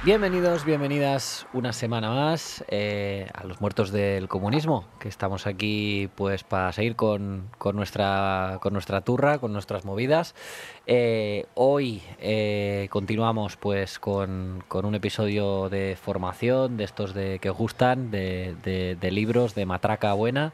Bienvenidos, bienvenidas una semana más a los muertos del comunismo, que estamos aquí pues para seguir con nuestra turra, con nuestras movidas. Hoy continuamos pues con un episodio de formación, de estos que os gustan, de libros, de matraca buena.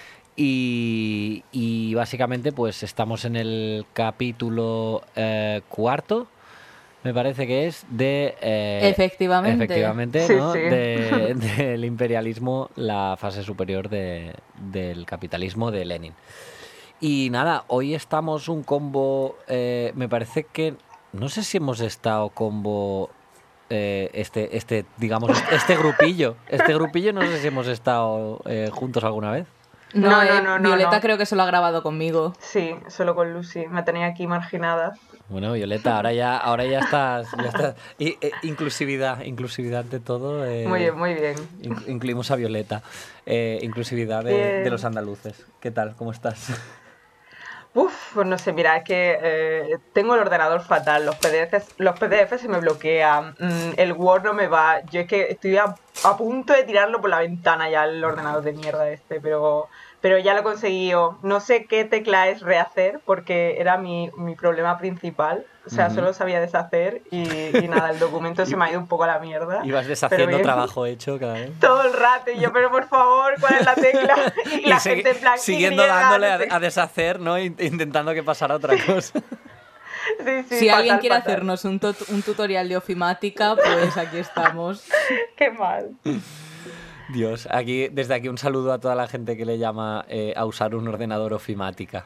Y básicamente pues estamos en el capítulo cuarto. Me parece que es de... Efectivamente, Sí, ¿no? sí. Del imperialismo, la fase superior del capitalismo de Lenin. Y nada, hoy estamos un combo... me parece que... No sé si hemos estado combo... digamos, este grupillo. Este grupillo no sé si hemos estado juntos alguna vez. No, Violeta no. creo que se lo ha grabado conmigo. Sí, solo con Lucy. Me tenía aquí marginada. Bueno, Violeta, ahora ya estás. Inclusividad ante todo. Muy bien, muy bien. Incluimos a Violeta. Inclusividad de los andaluces. ¿Qué tal? ¿Cómo estás? Pues no sé, mira, es que tengo el ordenador fatal. Los PDF se me bloquean. El Word no me va. Yo es que estoy a punto de tirarlo por la ventana ya el ordenador de mierda este, pero ya lo he conseguido. No sé qué tecla es rehacer porque era mi problema principal. O sea, solo sabía deshacer y nada, el documento se me ha ido un poco a la mierda. Ibas deshaciendo trabajo hecho cada vez. Todo el rato, y yo, pero por favor, ¿cuál es la tecla? Y la gente en plan... Siguiendo dándole a deshacer, ¿no? Intentando que pasara otra cosa. Sí, si alguien quiere hacernos un tutorial de ofimática, pues aquí estamos. Qué mal. Dios, desde aquí un saludo a toda la gente que le llama a usar un ordenador ofimática.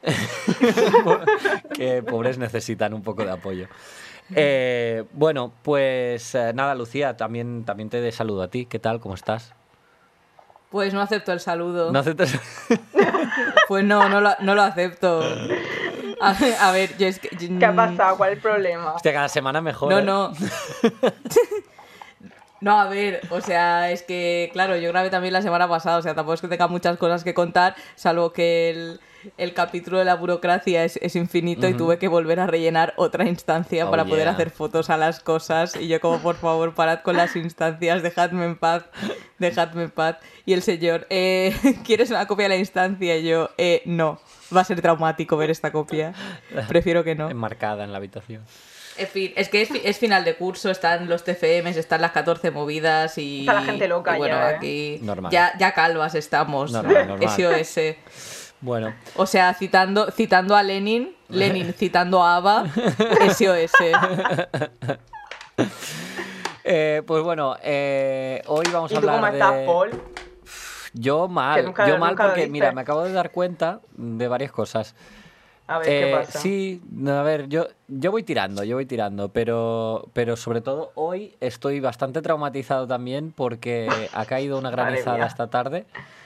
Que pobres necesitan un poco de apoyo. Bueno, pues nada, Lucía, también te saludo a ti. ¿Qué tal? ¿Cómo estás? Pues no acepto el saludo. ¿No aceptas? Pues no lo acepto. A ver, yo es que... ¿Qué ha pasado? ¿Cuál es el problema? Hostia, cada semana mejor. No. No, a ver, o sea, es que, claro, yo grabé también la semana pasada, o sea, tampoco es que tenga muchas cosas que contar, salvo que el capítulo de la burocracia es infinito y tuve que volver a rellenar otra instancia para poder hacer fotos a las cosas. Y yo como, por favor, parad con las instancias, dejadme en paz. Y el señor, ¿quieres una copia de la instancia? Y yo, no, va a ser traumático ver esta copia, prefiero que no. Enmarcada en la habitación. En fin, es que es final de curso, están los TFMs, están las 14 movidas y... Está la gente loca, y bueno, ya, aquí normal. Ya calvas estamos. Normal. SOS. Bueno. O sea, citando a Lenin citando a ABBA, SOS. Pues bueno, hoy vamos a hablar de... ¿Y tú cómo estás, Paul? Yo mal porque, mira, me acabo de dar cuenta de varias cosas. A ver, ¿qué pasa? Sí, a ver, yo voy tirando, pero sobre todo hoy estoy bastante traumatizado también porque ha caído una granizada esta tarde.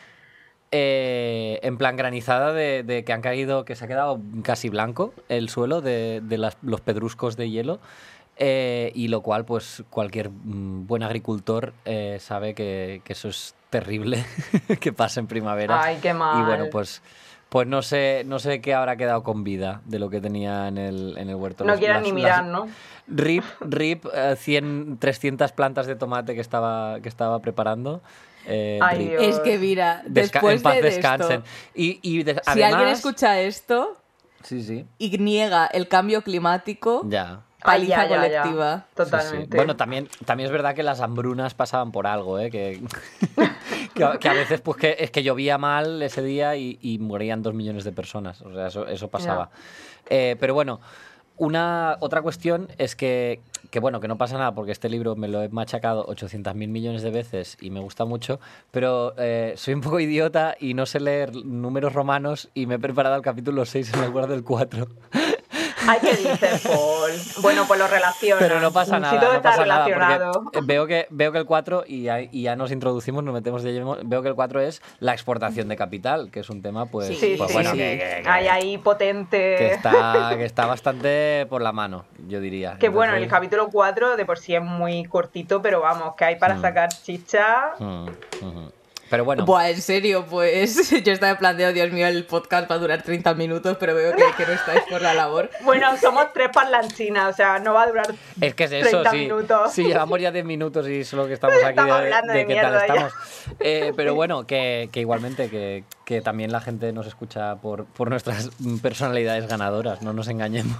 En plan granizada de que han caído, que se ha quedado casi blanco el suelo de los pedruscos de hielo. Y lo cual, pues cualquier buen agricultor sabe que eso es terrible que pase en primavera. Ay, qué mal. Y bueno, pues no sé qué habrá quedado con vida de lo que tenía en el huerto. No quieras ni mirar, ¿no? RIP, 300 plantas de tomate que estaba preparando. Ay, Dios. Es que mira, después en paz de descansen. esto, Además, si alguien escucha esto sí. y niega el cambio climático, Ya. paliza colectiva. Ya. Totalmente. Sí. Bueno, también es verdad que las hambrunas pasaban por algo, que a veces pues es que llovía mal ese día y morían 2 millones de personas. O sea, eso pasaba. Pero bueno, otra cuestión es que bueno, que no pasa nada porque este libro me lo he machacado 800.000 millones de veces y me gusta mucho, pero soy un poco idiota y no sé leer números romanos y me he preparado el capítulo 6 en lugar del 4. Ay, ¿qué dices, Paul? Bueno, pues lo relaciono. Pero no pasa nada. Si todo no está pasa nada, relacionado. porque veo que el 4, y ya nos introducimos, nos metemos de lleno, veo que el 4 es la exportación de capital, que es un tema, pues, Sí, pues sí, bueno, sí. que Hay ahí potente. que está bastante por la mano, yo diría. Que bueno, el capítulo 4 de por sí es muy cortito, pero vamos, que hay para sacar chicha. Pero Pero bueno. Buah, en serio, pues yo estaba en plan de, oh, Dios mío, el podcast va a durar 30 minutos, pero veo que no estáis por la labor. Bueno, somos 3 parlanchinas, o sea, no va a durar Es que es eso, 30 sí. minutos. Sí, llevamos ya 10 minutos y solo que estamos aquí Estamos hablando de qué tal mierda ya. estamos. Pero bueno, que igualmente que también la gente nos escucha por nuestras personalidades ganadoras, no nos engañemos.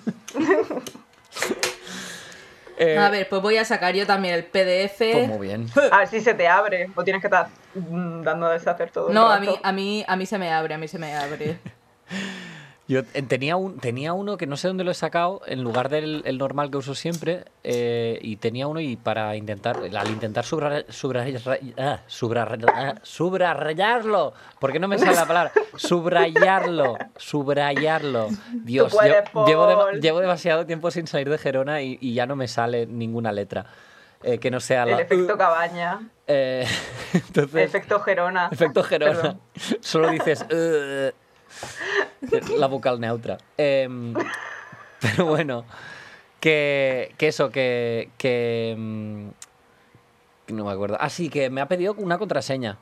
A ver, pues voy a sacar yo también el PDF. Pues muy bien. A ver si se te abre, o tienes que estar dando a deshacer todo el No, rato. a mí se me abre, Yo tenía uno que no sé dónde lo he sacado, en lugar del el normal que uso siempre, y tenía uno y al intentar subrayarlo, ¿por qué no me sale la palabra? Subrayarlo. Dios, Tú puedes, Paul. llevo demasiado tiempo sin salir de Gerona y ya no me sale ninguna letra. Que no sea El la... efecto cabaña, Entonces, efecto Gerona. efecto Gerona. Perdón. Solo dices... la vocal neutra. Pero bueno, que no me acuerdo. Ah, sí, que me ha pedido una contraseña.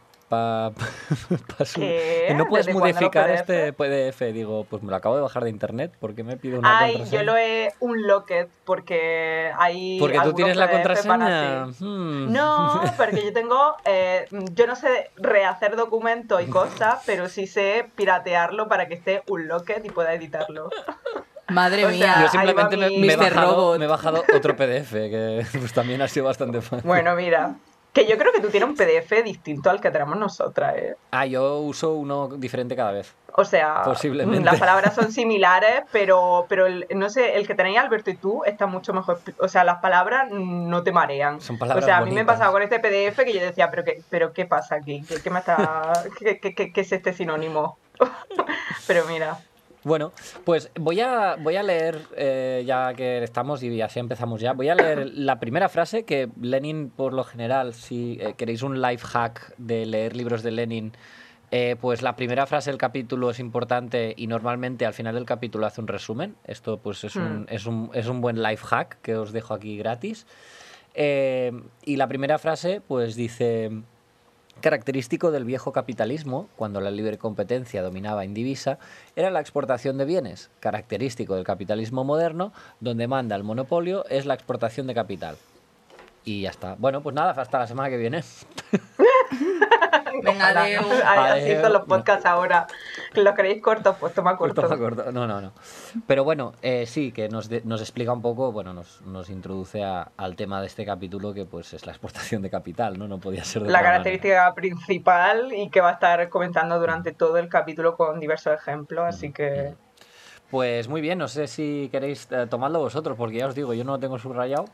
¿Qué? No puedes ¿Desde cuándo modificar los este PDF. Digo, pues me lo acabo de bajar de internet. ¿Por qué me pide una Ay, contraseña? yo lo he unlocked porque hay Porque tú algunos tienes la PDF contraseña. para ti. No, porque yo tengo, yo no sé rehacer documentos y cosas, pero sí sé piratearlo para que esté unlocked y pueda editarlo. Madre O mía. sea, Yo simplemente ahí va me he Mr. Robot. bajado otro PDF, que pues también ha sido bastante fácil. Bueno, mira, que yo creo que tú tienes un PDF distinto al que tenemos nosotras, ¿eh? Ah, yo uso uno diferente cada vez. O sea, Posiblemente. las palabras son similares, pero no sé, el que tenéis Alberto y tú está mucho mejor. O sea, las palabras no te marean. Son palabras O sea, a mí me bonitas. pasaba con este PDF que yo decía, pero ¿qué pasa aquí? ¿Qué me está, qué es este sinónimo? Pero mira. Bueno, pues voy a leer, ya que estamos y así empezamos ya, voy a leer la primera frase que Lenin, por lo general, si queréis un life hack de leer libros de Lenin, pues la primera frase del capítulo es importante y normalmente al final del capítulo hace un resumen. Esto pues es un buen life hack que os dejo aquí gratis. Y la primera frase pues dice... Característico del viejo capitalismo, cuando la libre competencia dominaba indivisa, era la exportación de bienes. Característico del capitalismo moderno, donde manda el monopolio, es la exportación de capital. Y ya está. Bueno, pues nada, hasta la semana que viene. Venga, Ojalá, adeu. ¿no? Así Adeu. son los podcasts ahora. Que los queréis cortos, pues toma corto. No. Pero bueno, sí, que nos explica un poco, bueno, nos introduce al tema de este capítulo, que pues es la exportación de capital, ¿no? No podía ser de La otra manera. característica principal y que va a estar comentando durante todo el capítulo con diversos ejemplos, así que... Pues muy bien, no sé si queréis tomarlo vosotros, porque ya os digo, yo no lo tengo subrayado.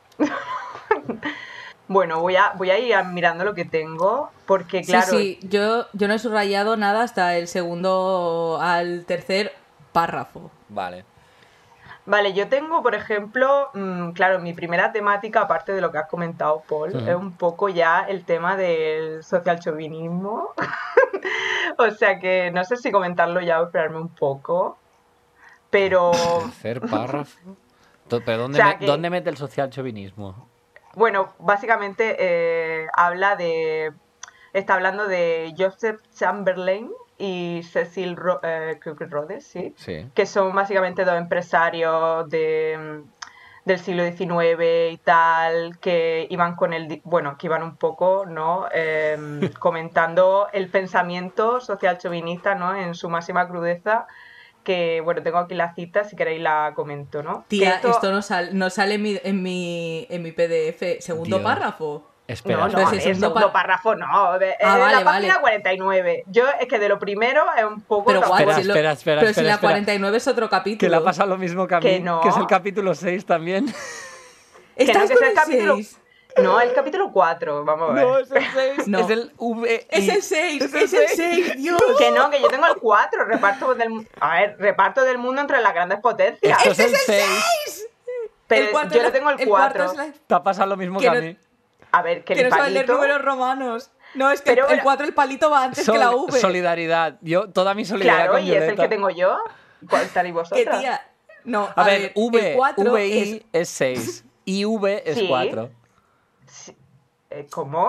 Bueno, voy a ir mirando lo que tengo, porque claro... Sí, yo no he subrayado nada hasta el segundo al tercer párrafo. Vale. Vale, yo tengo, por ejemplo, claro, mi primera temática, aparte de lo que has comentado, Paul, es un poco ya el tema del socialchauvinismo. O sea que no sé si comentarlo ya o esperarme un poco, pero... Tercer párrafo. Pero ¿dónde, O sea, ¿dónde mete el social chauvinismo? Bueno, básicamente está hablando de Joseph Chamberlain y Cecil creo que Rhodes, ¿sí? Sí. Que son básicamente dos empresarios del siglo XIX y tal, que iban que iban un poco, ¿no? Comentando el pensamiento social chauvinista, ¿no? En su máxima crudeza. Que, bueno, tengo aquí la cita, si queréis la comento, ¿no? Tía, Que esto no sale en mi PDF. ¿Segundo Dios. párrafo? Espera, No, Pero no, si el el segundo segundo párrafo no. Es vale, la página vale. 49. Yo es que de lo primero es un poco... Pero guau, Espera, si espera, pero si la espera. 49 es otro capítulo. que le ha pasado lo mismo que a mí, Que no. que es el capítulo 6 también. ¿Estás que con es el el capítulo- 6? No, el capítulo 4, vamos a ver. No, es el 6. No. Es el V. Es el 6, es el 6, Dios. Que no, que yo tengo el 4, reparto del mundo entre las grandes potencias. Esto es el 6. Pero cuatro yo le tengo el 4. es la- Te ha pasado lo mismo Que que a no- mí. A ver, que Que el no saben leer palito... números romanos. No, es que Pero el bueno, 4 el palito va antes que la V. Solidaridad. Yo, toda mi solidaridad Claro, con y es el Violeta. que tengo yo. ¿Cuál tenéis Que vosotras? tía. No, A ver, el 4 VI es 6. Y V es Sí. 4. ¿Cómo?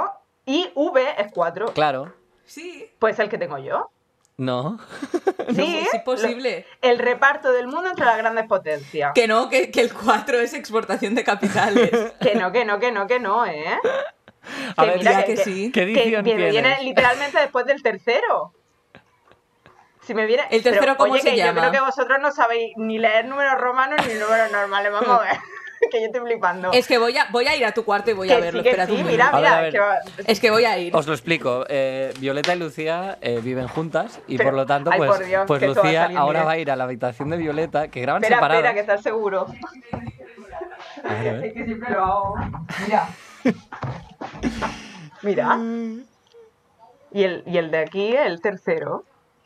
Y V es 4. Claro. Sí. Pues el que tengo yo. No. Sí, Es imposible. El reparto del mundo entre las grandes potencias. Que no, que el 4 es exportación de capitales. Que no, ¿eh? A ver, mira que sí. ¿Qué edición viene tienes? literalmente después del tercero. Si me viene... ¿El tercero cómo oye, se que llama? Yo creo que vosotros no sabéis ni leer números romanos ni números normales. Vamos a ver. Que yo estoy flipando. Es que voy a ir a tu cuarto y voy a Que verlo. sí, que Espera sí, un mira, minuto. A ver. Es que voy a ir. Os lo explico. Violeta y Lucía viven juntas y Pero- por lo tanto, ay, pues, por Dios, pues que esto va a Lucía salir ahora bien. va a ir a la habitación de Violeta, que graban Espera, separadas. que estás seguro. A ver. Es que siempre lo hago. Mira. Mira. Y el de aquí, el tercero.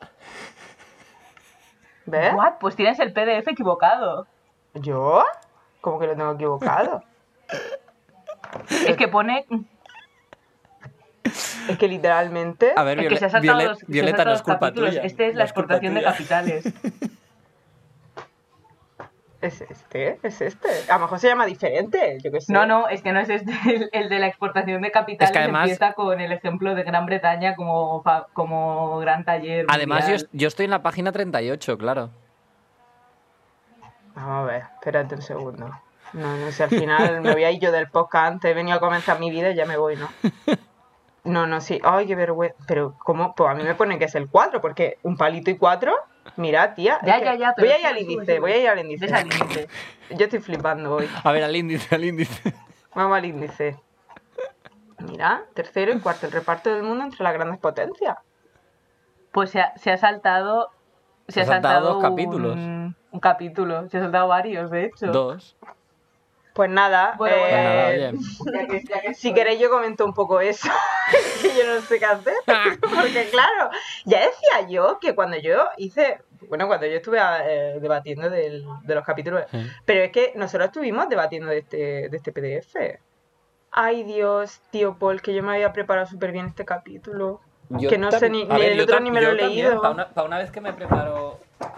¿Ves? What? Pues tienes el PDF equivocado. ¿Yo? ¿Cómo que lo tengo equivocado? Es que pone... Es que literalmente... A ver, Es que se ha saltado Violet- los, se ha Violeta, saltado no es los culpa capítulos. tuya. Este es No la es culpa exportación de tuya. capitales. Es este. A lo mejor se llama diferente, yo qué sé. No, es que no es este. El de la exportación de capitales Es que además- empieza con el ejemplo de Gran Bretaña como gran taller Además, mundial. yo estoy en la página 38, claro. Vamos a ver, espérate un segundo. No sé, al final me voy a ir yo del podcast antes, he venido a comenzar mi vida y ya me voy, ¿no? No, sí. Ay, qué vergüenza. Pero, ¿cómo? Pues a mí me pone que es el 4, porque un palito y 4... Mira, tía. Ya, es que ya, Voy a ir pero al sube, índice, sube. voy a ir al índice. Ves al índice. Yo estoy flipando hoy. A ver, al índice. Vamos al índice. Mira, tercero y cuarto, el reparto del mundo entre las grandes potencias. Pues se ha saltado... Se ha saltado dos un- capítulos. Un capítulo. Se ha saltado varios, de hecho. 2. Pues nada, Bueno, Pues nada, oye. si queréis yo comento un poco eso, que yo no sé qué hacer, porque claro, ya decía yo que cuando yo estuve debatiendo de los capítulos, Sí. pero es que nosotros estuvimos debatiendo de este PDF. Ay Dios, tío Paul, que yo me había preparado súper bien este capítulo. Que no sé ni el otro ni me lo he leído. Para una vez que me preparo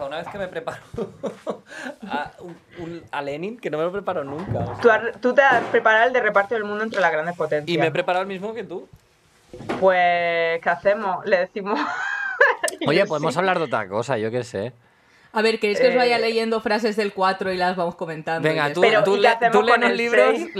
a Lenin, que no me lo preparo nunca. o sea. Tú te has preparado el de reparto del mundo entre las grandes potencias. Y me he preparado el mismo que tú. Pues, ¿qué hacemos? Le decimos... Oye, podemos hablar de otra cosa, yo qué sé. A ver, ¿queréis que os vaya leyendo frases del 4 y las vamos comentando? Venga, tú, Pero, tú, ¿y qué le- hacemos tú con léenos el libros, 6?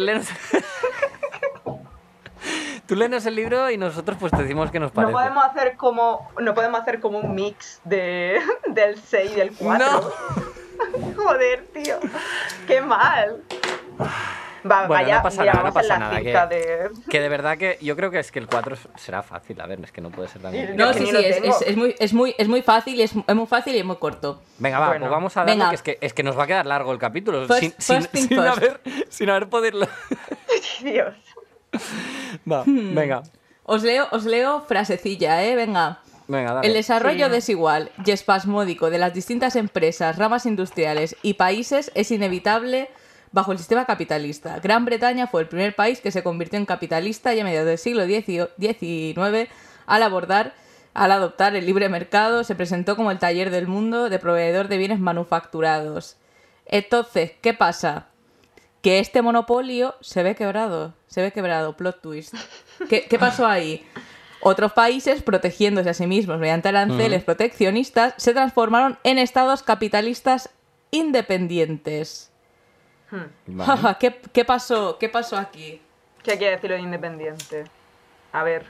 tú léenos el libro y nosotros pues te decimos qué nos No parece. podemos hacer como un mix del 6 y del 4. No. Joder, tío. Qué mal. Va, Bueno, vaya, no pasa mira, nada, no vamos en pasa la nada. cinta Que, de... que de verdad que yo creo que es que el 4 será fácil. A ver, es que no puede ser tan complicado. No, Es que sí, ni sí, lo tengo. es muy fácil, es muy fácil y es muy corto. Venga, va, Bueno. pues vamos a darle, Venga. que es que nos va a quedar largo el capítulo. First thing first. Sin haber podido... Dios. Va, venga. Os leo frasecilla, venga. Venga, dale. El desarrollo Sí. desigual y espasmódico de las distintas empresas, ramas industriales y países es inevitable bajo el sistema capitalista. Gran Bretaña fue el primer país que se convirtió en capitalista y a mediados del siglo XIX, al adoptar el libre mercado, se presentó como el taller del mundo de proveedor de bienes manufacturados. Entonces, ¿qué pasa? Que este monopolio se ve quebrado, plot twist. ¿Qué pasó ahí? Otros países, protegiéndose a sí mismos mediante aranceles proteccionistas, se transformaron en estados capitalistas independientes. Vale. ¿Qué pasó aquí? ¿Qué quiere decir lo de independiente? A ver.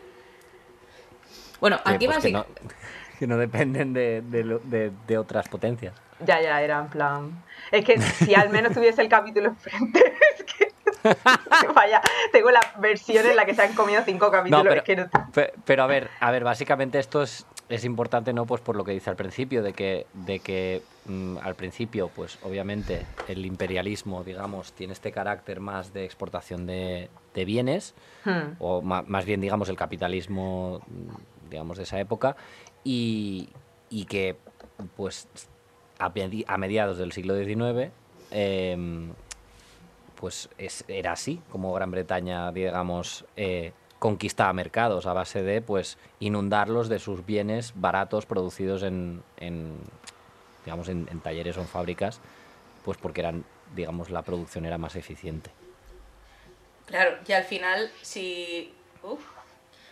Bueno, Que, aquí pues, que básicamente... no, que no dependen de otras potencias. Ya, era en plan... Es que si al menos tuviese el capítulo enfrente, es que... Vaya, tengo la versión en la que se han comido 5 capítulos. No, es que no... pero a ver, básicamente esto es importante, ¿no? Pues por lo que dice al principio, de que al principio, pues obviamente el imperialismo, digamos, tiene este carácter más de exportación de bienes, o más bien, digamos, el capitalismo, digamos, de esa época, y que, pues, a mediados del siglo XIX, pues era así como Gran Bretaña, digamos, conquistaba mercados a base de, pues, inundarlos de sus bienes baratos producidos en talleres o en fábricas, pues porque eran, digamos, la producción era más eficiente. Claro, y al final, si...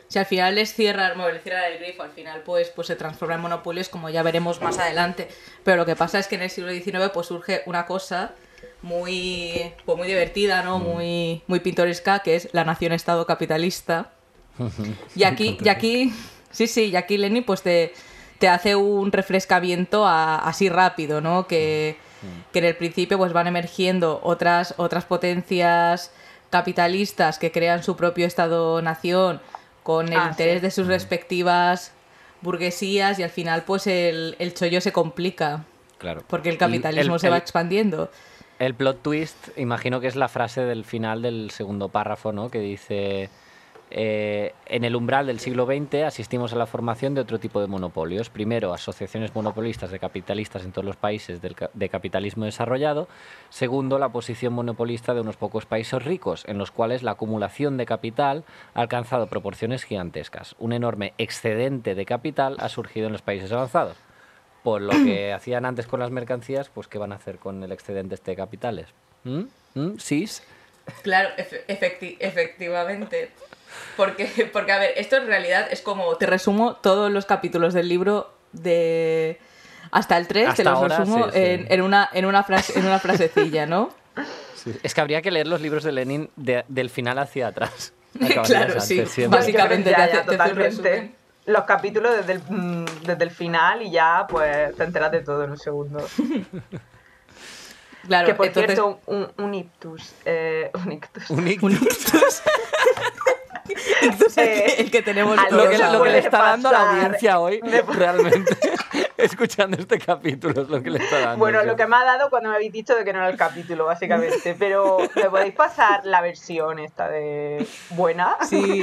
si al final les cierran el grifo, al final pues se transforma en monopolios, como ya veremos más adelante. Pero lo que pasa es que en el siglo XIX pues surge una cosa muy divertida, ¿no? Muy pintoresca, que es la nación-estado capitalista. Y aquí Lenin pues te hace un refrescamiento así rápido, ¿no? Que en el principio pues van emergiendo otras potencias capitalistas que crean su propio estado-nación con el interés de sus respectivas burguesías, y al final pues el chollo se complica. Claro. Porque el capitalismo se va expandiendo. El plot twist, imagino que es la frase del final del segundo párrafo, ¿no? Que dice: en el umbral del siglo XX asistimos a la formación de otro tipo de monopolios. Primero, asociaciones monopolistas de capitalistas en todos los países de capitalismo desarrollado. Segundo, la posición monopolista de unos pocos países ricos, en los cuales la acumulación de capital ha alcanzado proporciones gigantescas. Un enorme excedente de capital ha surgido en los países avanzados. Por lo que hacían antes con las mercancías, pues ¿qué van a hacer con el excedente de capitales? ¿Sis? Claro, efectivamente. Porque, a ver, esto en realidad es como... Te resumo todos los capítulos del libro de... Hasta el 3, hasta te los ahora, resumo sí. En una frasecilla, ¿no? Sí. Es que habría que leer los libros de Lenin del final hacia atrás. Claro, sí. Básicamente te hace un resumen. Los capítulos desde el final y ya pues te enteras de todo en un segundo. Claro, que por entonces... cierto, un ictus. ¿Un ictus? El que tenemos lo que le está dando a la audiencia hoy realmente escuchando este capítulo es lo que le está dando. Bueno, lo que me ha dado cuando me habéis dicho de que no era el capítulo, básicamente. Pero ¿me podéis pasar la versión esta de buena? Sí.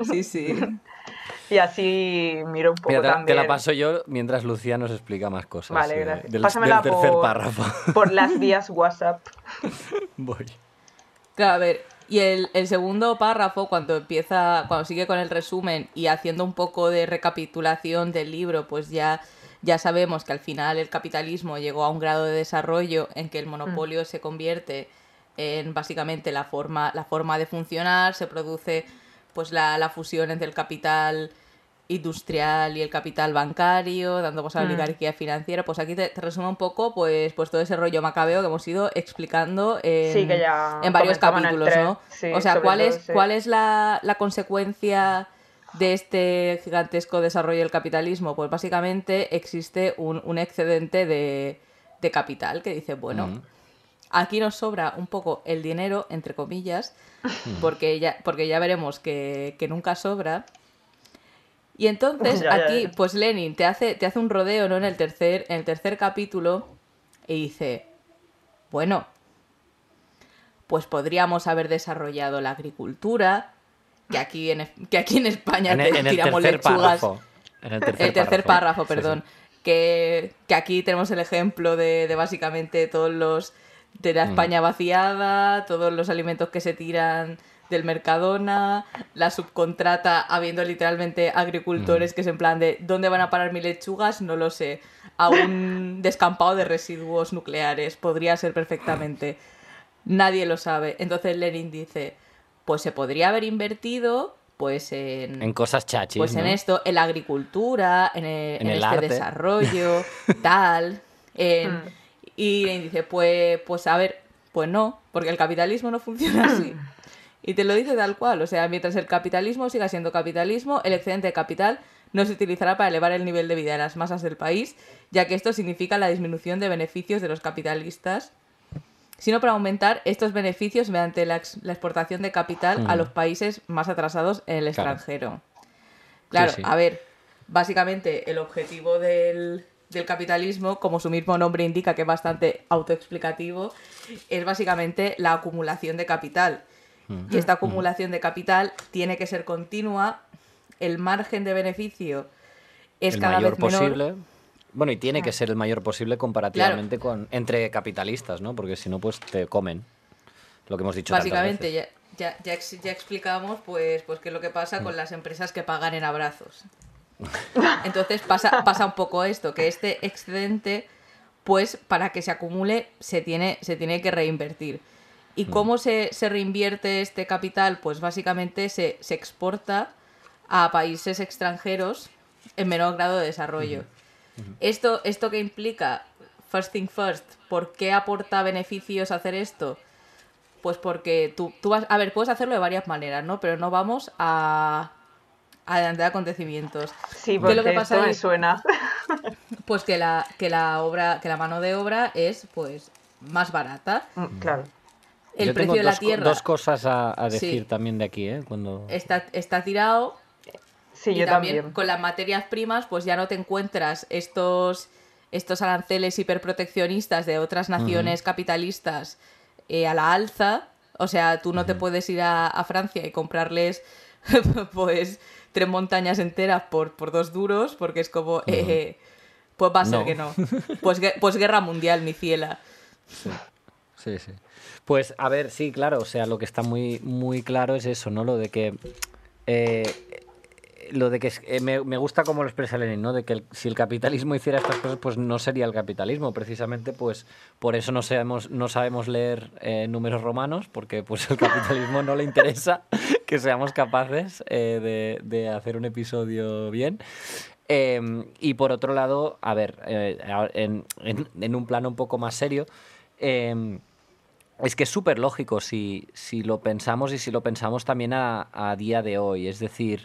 Y así miro un poco. Mira, también. Te la paso yo mientras Lucía nos explica más cosas. Vale, gracias. Del Pásamela tercer párrafo. Por las vías WhatsApp. Voy. Claro, a ver, y el segundo párrafo, cuando sigue con el resumen y haciendo un poco de recapitulación del libro, pues ya sabemos que al final el capitalismo llegó a un grado de desarrollo en que el monopolio se convierte en básicamente la forma de funcionar, se produce pues la fusión entre el capital industrial y el capital bancario, dando a la oligarquía financiera. Pues aquí te resumo un poco pues todo ese rollo macabeo que hemos ido explicando en varios capítulos, ¿no? Sí, o sea, ¿cuál es la consecuencia de este gigantesco desarrollo del capitalismo? Pues básicamente existe un excedente de capital que dice, bueno, aquí nos sobra un poco el dinero, entre comillas, porque ya veremos que nunca sobra. Y entonces aquí, pues Lenin te hace un rodeo, ¿no? En el tercer capítulo, y dice, bueno, pues podríamos haber desarrollado la agricultura, que aquí en España tiramos lechugas. En el tercer párrafo, perdón. Sí. Que aquí tenemos el ejemplo de básicamente todos los de la España vaciada, todos los alimentos que se tiran del Mercadona, la subcontrata, habiendo literalmente agricultores que es en plan de ¿dónde van a parar mis lechugas? No lo sé. A un descampado de residuos nucleares. Podría ser perfectamente. Nadie lo sabe. Entonces Lenin dice, pues se podría haber invertido pues en cosas chachis, pues ¿no? En esto, en la agricultura, en este arte. Desarrollo, tal. Y dice, pues a ver, pues no, porque el capitalismo no funciona así. Y te lo dice tal cual, o sea, mientras el capitalismo siga siendo capitalismo, el excedente de capital no se utilizará para elevar el nivel de vida de las masas del país, ya que esto significa la disminución de beneficios de los capitalistas, sino para aumentar estos beneficios mediante la exportación de capital a los países más atrasados en el extranjero. Claro, sí. A ver, básicamente el objetivo del capitalismo, como su mismo nombre indica, que es bastante autoexplicativo, es básicamente la acumulación de capital. Y esta acumulación de capital tiene que ser continua, el margen de beneficio es cada vez menor. Posible. Bueno, y tiene que ser el mayor posible comparativamente entre capitalistas, ¿no? Porque si no, pues te comen. Lo que hemos dicho básicamente, ya explicamos pues qué es lo que pasa con las empresas que pagan en abrazos. Entonces pasa un poco esto, que este excedente, pues para que se acumule, se tiene que reinvertir. ¿Y cómo se reinvierte este capital? Pues básicamente se exporta a países extranjeros en menor grado de desarrollo. ¿Esto qué implica? First thing first, ¿por qué aporta beneficios hacer esto? Pues porque tú vas... A ver, puedes hacerlo de varias maneras, ¿no? Pero no vamos a adelantar acontecimientos. Sí, ¿Qué porque es lo que pasa esto ahí? me suena. Pues que la mano de obra es, pues, más barata. Claro. El Yo precio tengo de la tierra dos cosas a decir Sí. también de aquí, ¿eh? está tirado. Sí, Y yo también también. con las materias primas, pues ya no te encuentras estos aranceles hiperproteccionistas de otras naciones capitalistas a la alza. O sea, tú no te puedes ir a Francia y comprarles pues 3 montañas enteras por 2 duros, porque es como, pues va a ser No. que no. Pues guerra mundial, mi ciela. Sí. Pues a ver, sí, claro, o sea, lo que está muy, muy claro es eso, ¿no? Lo de que me gusta cómo lo expresa Lenin, ¿no? De que si el capitalismo hiciera estas cosas, pues no sería el capitalismo. Precisamente, pues por eso no sabemos leer números romanos, porque pues el capitalismo no le interesa que seamos capaces de hacer un episodio bien. Y por otro lado, a ver, en un plano un poco más serio, es que es súper lógico si lo pensamos y si lo pensamos también a día de hoy. Es decir,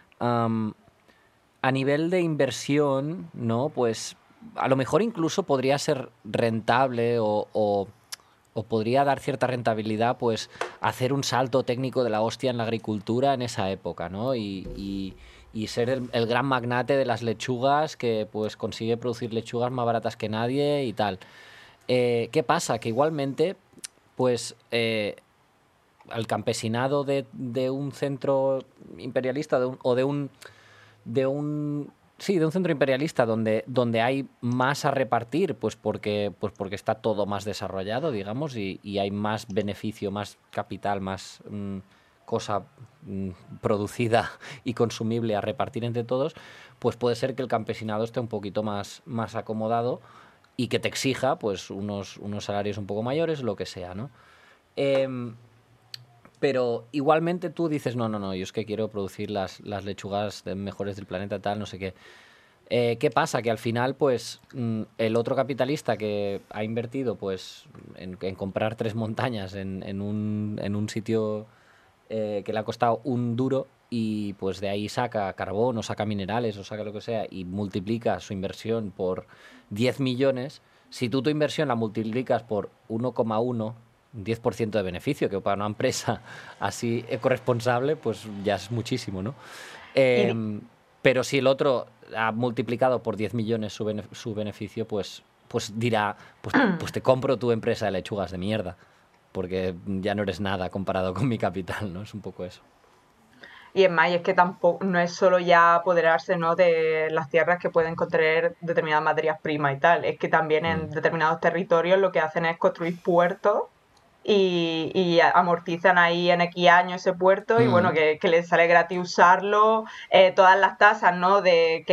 a nivel de inversión, ¿no? Pues a lo mejor incluso podría ser rentable o podría dar cierta rentabilidad, pues hacer un salto técnico de la hostia en la agricultura en esa época, ¿no? Y ser el gran magnate de las lechugas que pues consigue producir lechugas más baratas que nadie y tal. ¿Qué pasa? Que igualmente, pues al campesinado de un centro imperialista de un centro imperialista donde hay más a repartir, pues porque está todo más desarrollado, digamos, y hay más beneficio, más capital, más cosa producida y consumible a repartir entre todos, pues puede ser que el campesinado esté un poquito más acomodado y que te exija pues unos salarios un poco mayores, lo que sea, ¿no? Pero igualmente tú dices, no, yo es que quiero producir las lechugas mejores del planeta, tal, no sé qué. ¿Qué pasa? Que al final, pues, el otro capitalista que ha invertido pues en comprar 3 montañas en un sitio que le ha costado un duro y pues de ahí saca carbón o saca minerales o saca lo que sea y multiplica su inversión por 10 millones, si tú tu inversión la multiplicas por 1,1, un 10% de beneficio, que para una empresa así ecorresponsable, pues ya es muchísimo, ¿no? Pero si el otro ha multiplicado por 10 millones su beneficio, pues dirá, pues te compro tu empresa de lechugas de mierda, porque ya no eres nada comparado con mi capital, ¿no? Es un poco eso. Y es más, y es que tampoco no es solo ya apoderarse, ¿no?, de las tierras que pueden contener determinadas materias primas y tal, es que también en determinados territorios lo que hacen es construir puertos y amortizan ahí en X años ese puerto y bueno, que les sale gratis usarlo, todas las tasas, ¿no?, de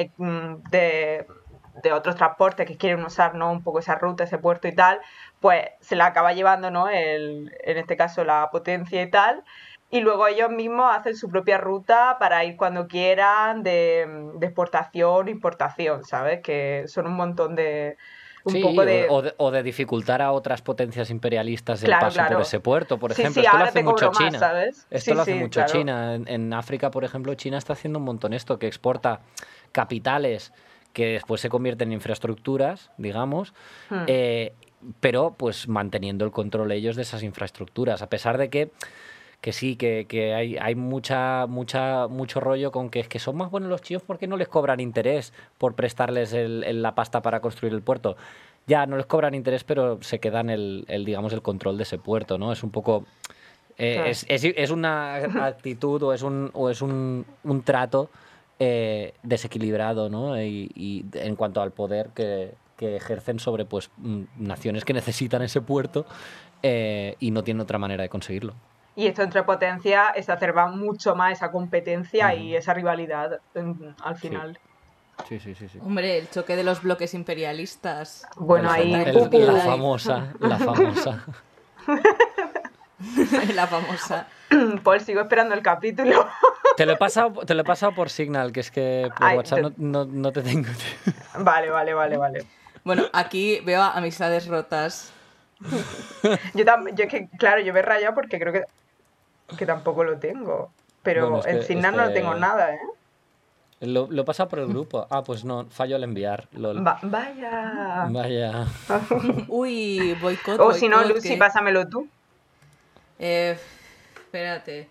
otros transportes que quieren usar, ¿no?, un poco esa ruta, ese puerto y tal, pues se la acaba llevando, ¿no?, en este caso la potencia y tal, y luego ellos mismos hacen su propia ruta para ir cuando quieran de exportación, importación, ¿sabes? Que son un montón de... o de dificultar a otras potencias imperialistas el paso por ese puerto, por ejemplo. Sí, Esto lo ahora hace te mucho cobro más, China. ¿sabes? Esto lo hace mucho claro. China. En África, por ejemplo, China está haciendo un montón esto, que exporta capitales que después se convierten en infraestructuras, digamos, pero pues manteniendo el control ellos de esas infraestructuras, a pesar de que sí, que hay mucho rollo con que es que son más buenos los chinos porque no les cobran interés por prestarles la pasta para construir el puerto. Ya, no les cobran interés, pero se quedan digamos, el control de ese puerto, ¿no? Es un poco... Claro. Es una actitud o es un trato desequilibrado, ¿no? Y en cuanto al poder que ejercen sobre pues naciones que necesitan ese puerto y no tienen otra manera de conseguirlo. Y esto entre potencias exacerba mucho más esa competencia y esa rivalidad al final. Sí. Hombre, el choque de los bloques imperialistas. Bueno, ahí... La famosa. La famosa. Paul, sigo esperando el capítulo. Te lo he pasado por Signal, que es que por Ay, WhatsApp no te tengo. Vale. Bueno, aquí veo amistades rotas. Yo es que, claro, yo me he rayado porque creo que tampoco lo tengo. Pero Bueno, en Signal no tengo nada, ¿eh? Lo he pasado por el grupo. Ah, pues no, fallo al enviar. Lol. Vaya. Vaya. Uy, boicot, O si no, boicot, Lucy, que- pásamelo tú. Espérate.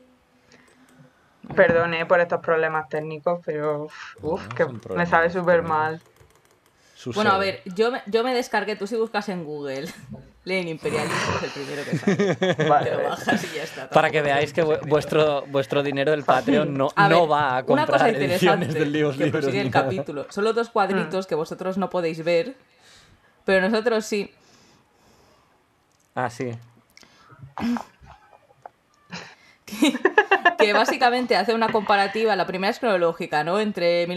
Perdone por estos problemas técnicos, pero No, que son me problemas sabe súper técnicos. mal. Bueno, a Sucede. ver, yo me descargué, tú si buscas en Google, Lenin Imperialismo es el primero que sale. Vale, Te lo vale. bajas y ya está. Para que tampoco veáis que tienes vuestro dinero del Patreon no A ver, va a una cosa comprar interesante ediciones del libros que libros. prosigue ni el nada. capítulo. Son los dos cuadritos que vosotros no podéis ver, pero nosotros sí. Ah, sí. Que básicamente hace una comparativa, la primera es cronológica, ¿no? Entre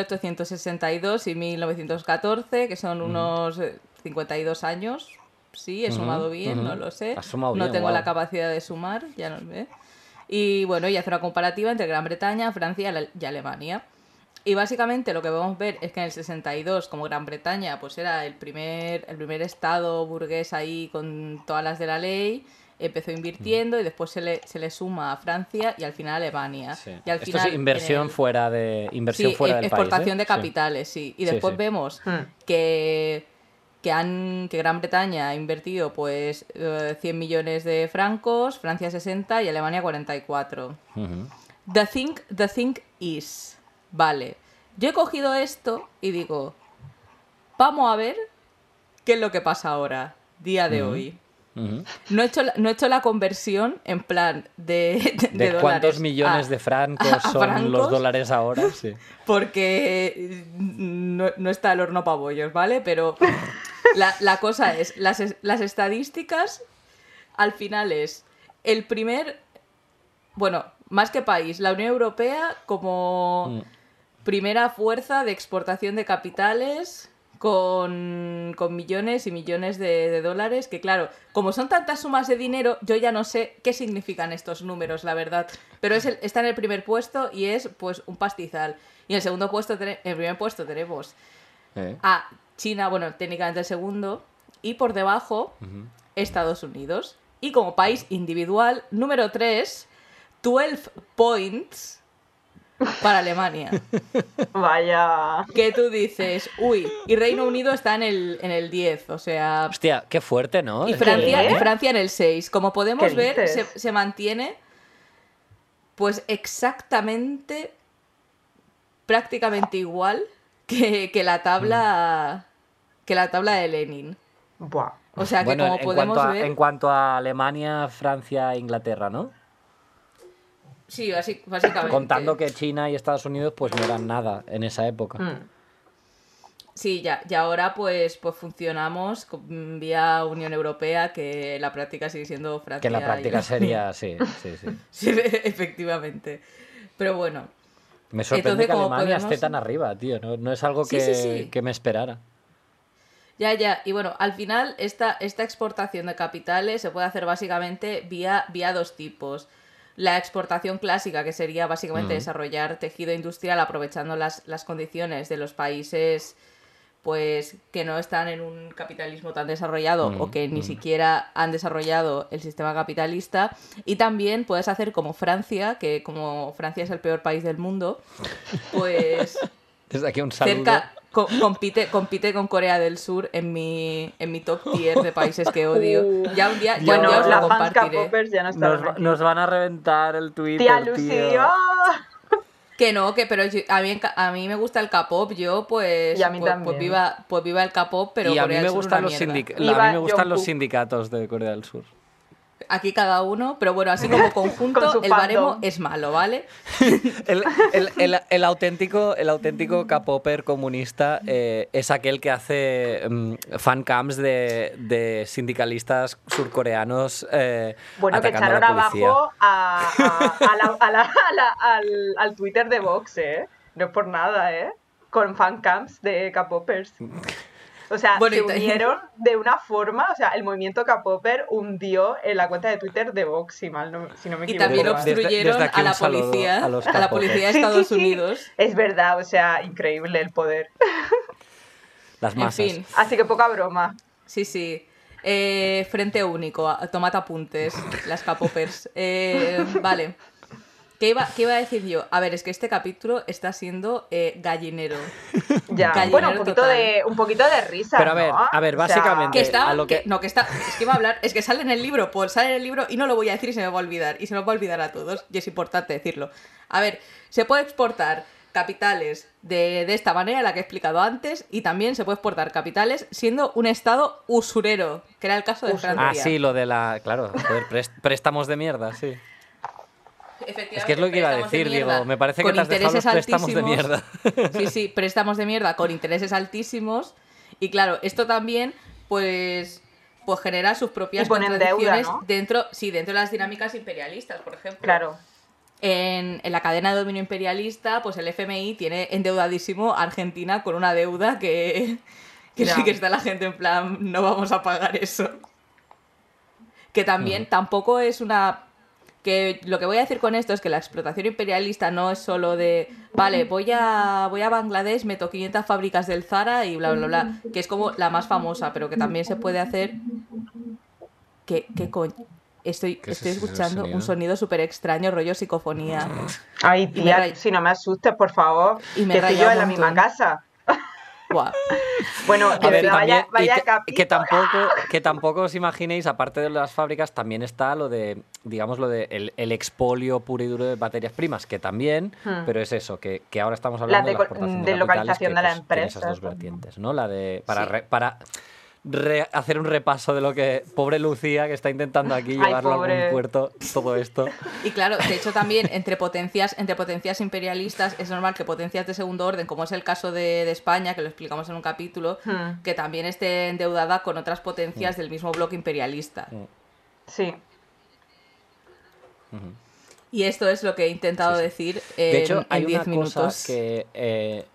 1862 y 1914, que son unos 52 años. Sí, he sumado bien, no lo sé. Has sumado No bien, tengo guau. la capacidad de sumar, ya nos ve. Y bueno, y hace una comparativa entre Gran Bretaña, Francia y Alemania. Y básicamente lo que podemos ver es que en el 62, como Gran Bretaña, pues era el primer estado burgués ahí con todas las de la ley, empezó invirtiendo y después se le suma a Francia y al final a Alemania. Sí. Y al Esto final, es inversión en el- fuera de inversión Sí, fuera del exportación país, ¿eh? de Sí. capitales, sí. Y Sí, después sí. vemos Hmm. que Gran Bretaña ha invertido pues 100 millones de francos, Francia 60 y Alemania 44. Ujú. The thing is, vale, yo he cogido esto y digo, vamos a ver qué es lo que pasa ahora, día de hoy. Ujú. No he hecho la conversión en plan de ¿De dólares cuántos millones a- de francos a son francos, los dólares ahora? Sí. porque no está el horno para bollos, ¿vale? Pero la cosa es, las estadísticas al final es el primer, bueno, más que país, la Unión Europea como primera fuerza de exportación de capitales con millones y millones de dólares, que claro, como son tantas sumas de dinero, yo ya no sé qué significan estos números, la verdad. Pero está en el primer puesto y es pues un pastizal. Y en el segundo puesto, en el primer puesto tenemos a China, bueno, técnicamente el segundo, y por debajo Estados Unidos. Y como país individual, número 3, 12 points para Alemania. Vaya. Que tú dices, uy, y Reino Unido está en el 10, o sea... Hostia, qué fuerte, ¿no? Y Francia, ¿Qué? y Francia en el 6. Como podemos ¿Qué ver, dices? se mantiene pues exactamente, prácticamente igual que la tabla de Lenin. Buah. O sea que Bueno, como podemos ver... en cuanto a Alemania, Francia e Inglaterra, ¿no? Sí, básicamente. Contando que China y Estados Unidos pues no eran nada en esa época. Sí, ya. Y ahora pues funcionamos vía Unión Europea, que la práctica sigue siendo Francia. Que la y práctica sería, sí. Sí, efectivamente. Pero bueno. Me sorprende Entonces, que como Alemania podemos- esté tan arriba, tío. No es algo Sí, que, sí. que me esperara. Ya. Y bueno, al final esta exportación de capitales se puede hacer básicamente vía dos tipos. La exportación clásica, que sería básicamente desarrollar tejido industrial aprovechando las condiciones de los países pues que no están en un capitalismo tan desarrollado o que ni siquiera han desarrollado el sistema capitalista. Y también puedes hacer como Francia, que como Francia es el peor país del mundo, pues Desde aquí un saludo. cerca compite con Corea del Sur en mi top tier de países que odio. Ya un día Bueno, os lo las fans compartiré. K-popers ya no están aquí. Nos van a reventar el Twitter, Tía Lucy, tío. ¡ah! Que no, pero a mí me gusta el K-pop, yo pues, Y a mí pues, también. pues viva el K-pop, pero Y a mí Corea me del Sur gustan una los mierda. Viva los Jungkook. sindicatos de Corea del Sur. Aquí cada uno, pero bueno, así como Con conjunto, su el baremo fandom. es malo, ¿vale? El auténtico K-popper comunista es aquel que hace fancams de sindicalistas surcoreanos Bueno, que atacando a echaron la policía. abajo al Twitter de Vox, ¿eh? No es por nada, ¿eh? Con fancams de K-popers. O sea, Bueno, se unieron de una forma, o sea, el movimiento K-Popper hundió en la cuenta de Twitter de Vox, si no me Y equivoco. también ¿vale? obstruyeron desde aquí a la un saludo policía, a los a la K-popers. policía de Sí, Estados sí. Unidos. Es verdad, o sea, increíble el poder. Las En masas. fin, Así que poca broma. sí, sí. Frente único, tomad apuntes, las K-popers. Vale. ¿Qué iba a decir yo? A ver, es que este capítulo está siendo gallinero. Ya, bueno, Gallinero total. un poquito de risa, Pero ¿no? a ver, O sea, básicamente- Que está, a lo que- no, que está, es que iba a hablar, es que sale en el libro, Paul, sale en el libro y no lo voy a decir y se me va a olvidar, y se nos va a olvidar a todos, y es importante decirlo. A ver, se puede exportar capitales de esta manera, la que he explicado antes, y también se puede exportar capitales siendo un estado usurero, que era el caso de Usurero. Francia. Ah, sí, lo de la... Claro, joder, préstamos de mierda, sí. Efectivamente, Es que es lo que iba a préstamos de decir, mierda digo, me parece que con te has dejado los intereses préstamos de mierda. altísimos. Sí, sí, préstamos de mierda con intereses altísimos. Y claro, esto también, pues genera sus propias Y ponen contradicciones deuda, ¿no? dentro de las dinámicas imperialistas, por ejemplo. Claro. En la cadena de dominio imperialista, pues el FMI tiene endeudadísimo a Argentina con una deuda que Ya. sí que está la gente en plan, no vamos a pagar eso. Que también tampoco es una... Que lo que voy a decir con esto es que la explotación imperialista no es solo de, vale, voy a Bangladesh, meto 500 fábricas del Zara y bla, bla, bla, que es como la más famosa, pero que también se puede hacer... ¿Qué coño? Estoy ¿Qué es ese escuchando sonido? un sonido súper extraño, rollo psicofonía. Ay, Y me tía, ray- si no me asustes, por favor. Y me que estoy raya yo un en la misma montón. casa. Buah. Bueno, de A ver, verdad, también, vaya que capítulo. que tampoco os imaginéis, aparte de las fábricas, también está lo de, digamos, lo de el expolio puro y duro de materias primas, que también, pero es eso, que ahora estamos hablando de la exportación de deslocalización capitales, de la que, pues, tiene empresa. esas dos vertientes, ¿no? La de, para, Sí. para hacer un repaso de lo que, pobre Lucía, que está intentando aquí Ay, llevarlo a algún pobre. puerto, todo esto. Y claro, de hecho también entre potencias imperialistas es normal que potencias de segundo orden, como es el caso de España, que lo explicamos en un capítulo, que también esté endeudada con otras potencias del mismo bloque imperialista. Sí. Y esto es lo que he intentado Sí, sí. decir De hecho, en hay una 10 cosa minutos. que...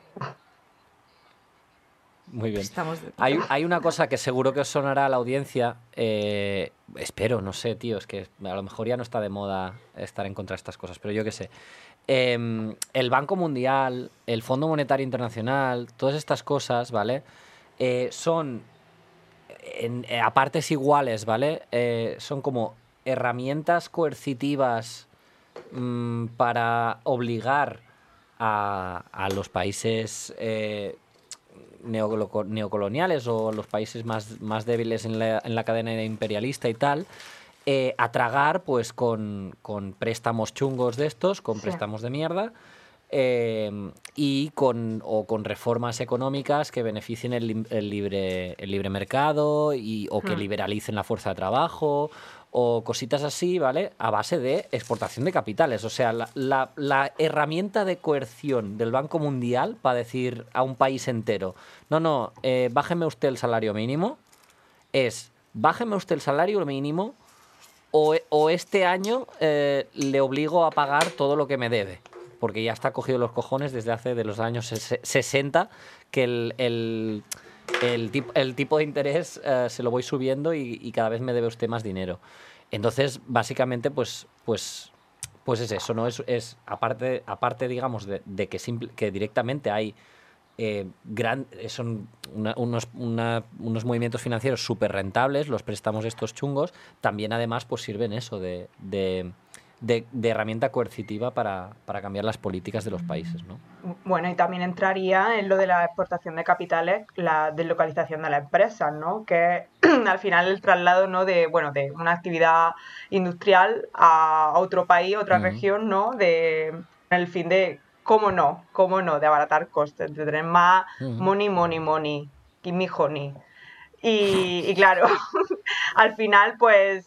Muy bien. Estamos de- Hay una cosa que seguro que os sonará a la audiencia. Espero, no sé, tío. Es que a lo mejor ya no está de moda estar en contra de estas cosas, pero yo qué sé. El Banco Mundial, el Fondo Monetario Internacional, todas estas cosas, ¿vale? Son a partes iguales, ¿vale? Son como herramientas coercitivas para obligar a los países neocoloniales o los países más débiles en la cadena imperialista y tal, a tragar pues con préstamos chungos de estos, con Sí. préstamos de mierda, y con reformas económicas que beneficien el libre mercado o que liberalicen la fuerza de trabajo o cositas así, ¿vale? A base de exportación de capitales. O sea, la herramienta de coerción del Banco Mundial para decir a un país entero, no, bájeme usted el salario mínimo, es bájeme usted el salario mínimo o este año le obligo a pagar todo lo que me debe. Porque ya está cogido los cojones desde hace de los años 60 que el tipo de interés se lo voy subiendo y cada vez me debe usted más dinero. Son básicamente, pues es eso, ¿no? Es aparte digamos, de que directamente hay son unos movimientos financieros súper rentables, los préstamos estos chungos, también además pues sirven eso de herramienta coercitiva para cambiar las políticas de los países, ¿no? Bueno, y también entraría en lo de la exportación de capitales, la deslocalización de las empresas, ¿no? Que al final el traslado, ¿no? de una actividad industrial a otro país, otra región, ¿no? De el fin de, ¿cómo no? De abaratar costes, de tener más money, give me honey. Y claro, al final, pues,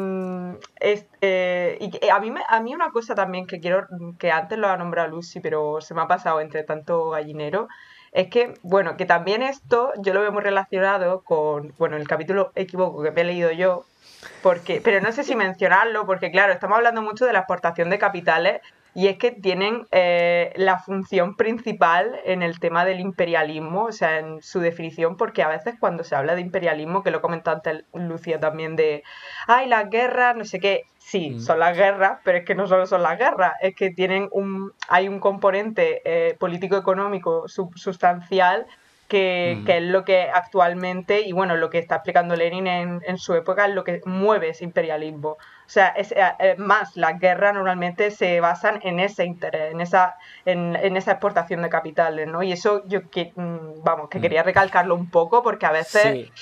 a mí una cosa también que quiero, que antes lo ha nombrado Lucy, pero se me ha pasado entre tanto gallinero, es que, bueno, que también esto yo lo veo muy relacionado con, bueno, el capítulo equivoco que me he leído yo, pero no sé si mencionarlo, porque claro, estamos hablando mucho de la exportación de capitales y es que tienen la función principal en el tema del imperialismo, o sea, en su definición, porque a veces cuando se habla de imperialismo, que lo comentó antes Lucía también, de, ay, las guerras, no sé qué, sí, son las guerras, pero es que no solo son las guerras, es que hay un componente político-económico sustancial que es lo que actualmente, y bueno, lo que está explicando Lenin en su época, es lo que mueve ese imperialismo. O sea, más, las guerras normalmente se basan en ese interés, en esa exportación de capitales, ¿no? Y eso yo quería recalcarlo un poco, porque a veces... Sí.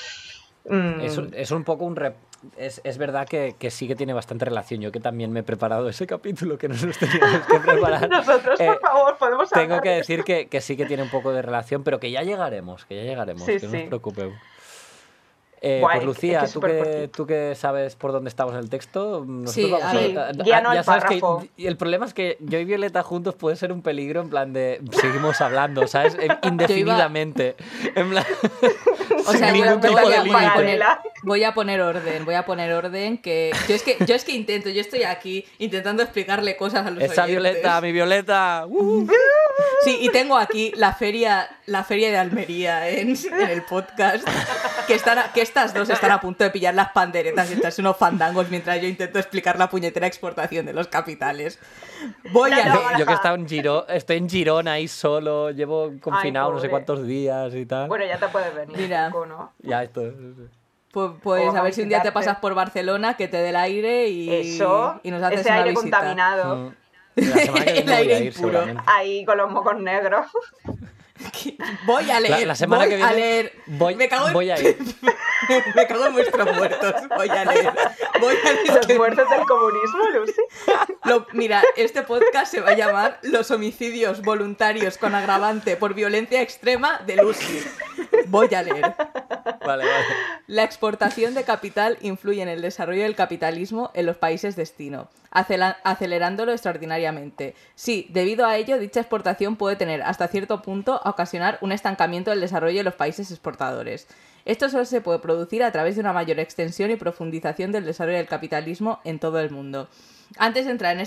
Es un poco es verdad que sí que tiene bastante relación. Yo que también me he preparado ese capítulo que nos teníamos que preparar. Nosotros, por favor, podemos hablar. Tengo que decir que sí que tiene un poco de relación, pero que ya llegaremos, Sí, que no os preocupéis. Guay, pues Lucía, es que tú que sabes por dónde estamos en el texto, nosotros Sí, vamos guíanos ya el sabes párrafo. y el problema es que yo y Violeta juntos puede ser un peligro en plan de seguimos hablando, ¿sabes? Indefinidamente. En plan, O sea, sin ningún yo tipo de límite. voy a poner orden, que yo es que intento, yo estoy aquí intentando explicarle cosas a los Esa oyentes. Violeta, mi Violeta. Sí, y tengo aquí la feria de Almería en el podcast, que estas dos están a punto de pillar las panderetas y echarse unos fandangos mientras yo intento explicar la puñetera exportación de los capitales. Yo que estoy en Girona ahí solo, llevo confinado no sé cuántos días y tal. Bueno, ya te puedes venir. Mira. ¿No? Ya esto. Pues a ver si un día te pasas por Barcelona, que te dé el aire y nos haces ese una aire visita. contaminado. La semana que viene El voy aire a ir, impuro. seguramente. Ahí con los mocos negros. Voy a leer. La semana que viene a leer. voy a ir. Me cago en vuestros muertos. Voy a leer. Los muertos del comunismo, Lucy. Mira, este podcast se va a llamar Los homicidios voluntarios con agravante por violencia extrema de Lucy. Voy a leer. Vale. La exportación de capital influye en el desarrollo del capitalismo en los países destino, acelerándolo extraordinariamente. Sí, debido a ello, dicha exportación puede tener hasta cierto punto a ocasionar un estancamiento del desarrollo de los países exportadores. Esto solo se puede producir a través de una mayor extensión y profundización del desarrollo del capitalismo en todo el mundo. Antes de entrar en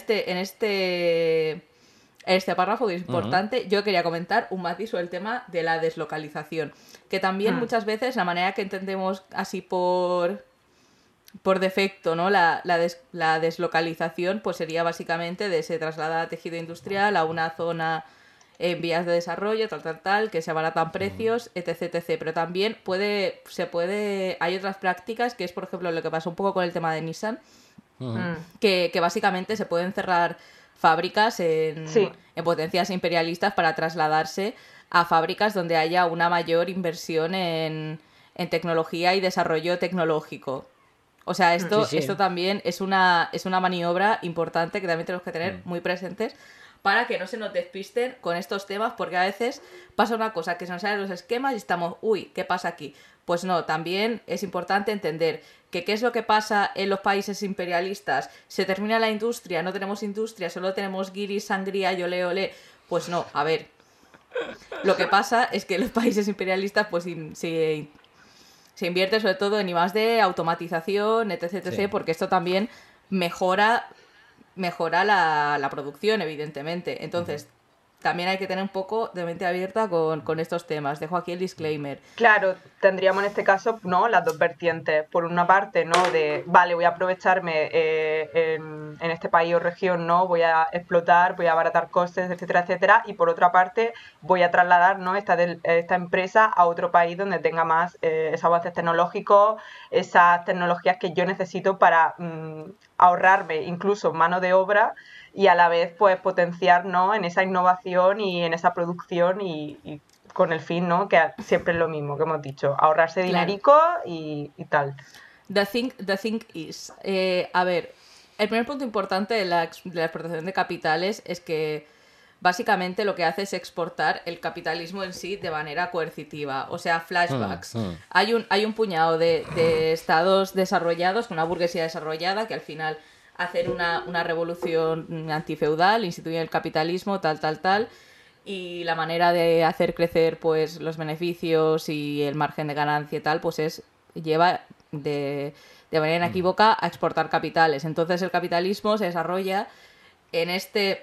este párrafo, que es importante, yo quería comentar un matiz sobre el tema de la deslocalización, que también muchas veces la manera que entendemos así por defecto, ¿no? La deslocalización pues sería básicamente de se traslada tejido industrial a una zona en vías de desarrollo, tal, que se abaratan precios, etc. Pero también hay otras prácticas, que es por ejemplo lo que pasó un poco con el tema de Nissan, que básicamente se pueden cerrar fábricas en potencias imperialistas para trasladarse a fábricas donde haya una mayor inversión en tecnología y desarrollo tecnológico. O sea, esto también es una maniobra importante que también tenemos que tener muy presentes para que no se nos despisten con estos temas, porque a veces pasa una cosa, que se nos salen los esquemas y estamos, uy, ¿qué pasa aquí? Pues no, también es importante entender que qué es lo que pasa en los países imperialistas. ¿Se termina la industria? ¿No tenemos industria? ¿Solo tenemos guiris, sangría y ole ole? Pues no, a ver. Lo que pasa es que los países imperialistas pues se invierte sobre todo en I+D, automatización, etc. Porque esto también mejora la producción, evidentemente. Entonces, también hay que tener un poco de mente abierta con estos temas. Dejo aquí el disclaimer. Claro, tendríamos en este caso, ¿no?, las dos vertientes. Por una parte, ¿no?, de, vale, voy a aprovecharme en este país o región, ¿no?, voy a explotar, voy a abaratar costes, etcétera. Y por otra parte, voy a trasladar, ¿no?, esta empresa a otro país donde tenga más esos avances tecnológicos, esas tecnologías que yo necesito para ahorrarme incluso mano de obra y a la vez pues potenciar, ¿no?, en esa innovación y en esa producción y con el fin, ¿no?, que siempre es lo mismo que hemos dicho, ahorrarse dinerico y tal. The thing is, a ver, el primer punto importante de la exportación de capitales es que básicamente lo que hace es exportar el capitalismo en sí de manera coercitiva, o sea, flashbacks. Hay un puñado de estados desarrollados, con una burguesía desarrollada, que al final hacen una revolución antifeudal, instituyen el capitalismo, tal, y la manera de hacer crecer pues los beneficios y el margen de ganancia y tal, pues lleva de manera inequívoca a exportar capitales. Entonces el capitalismo se desarrolla en este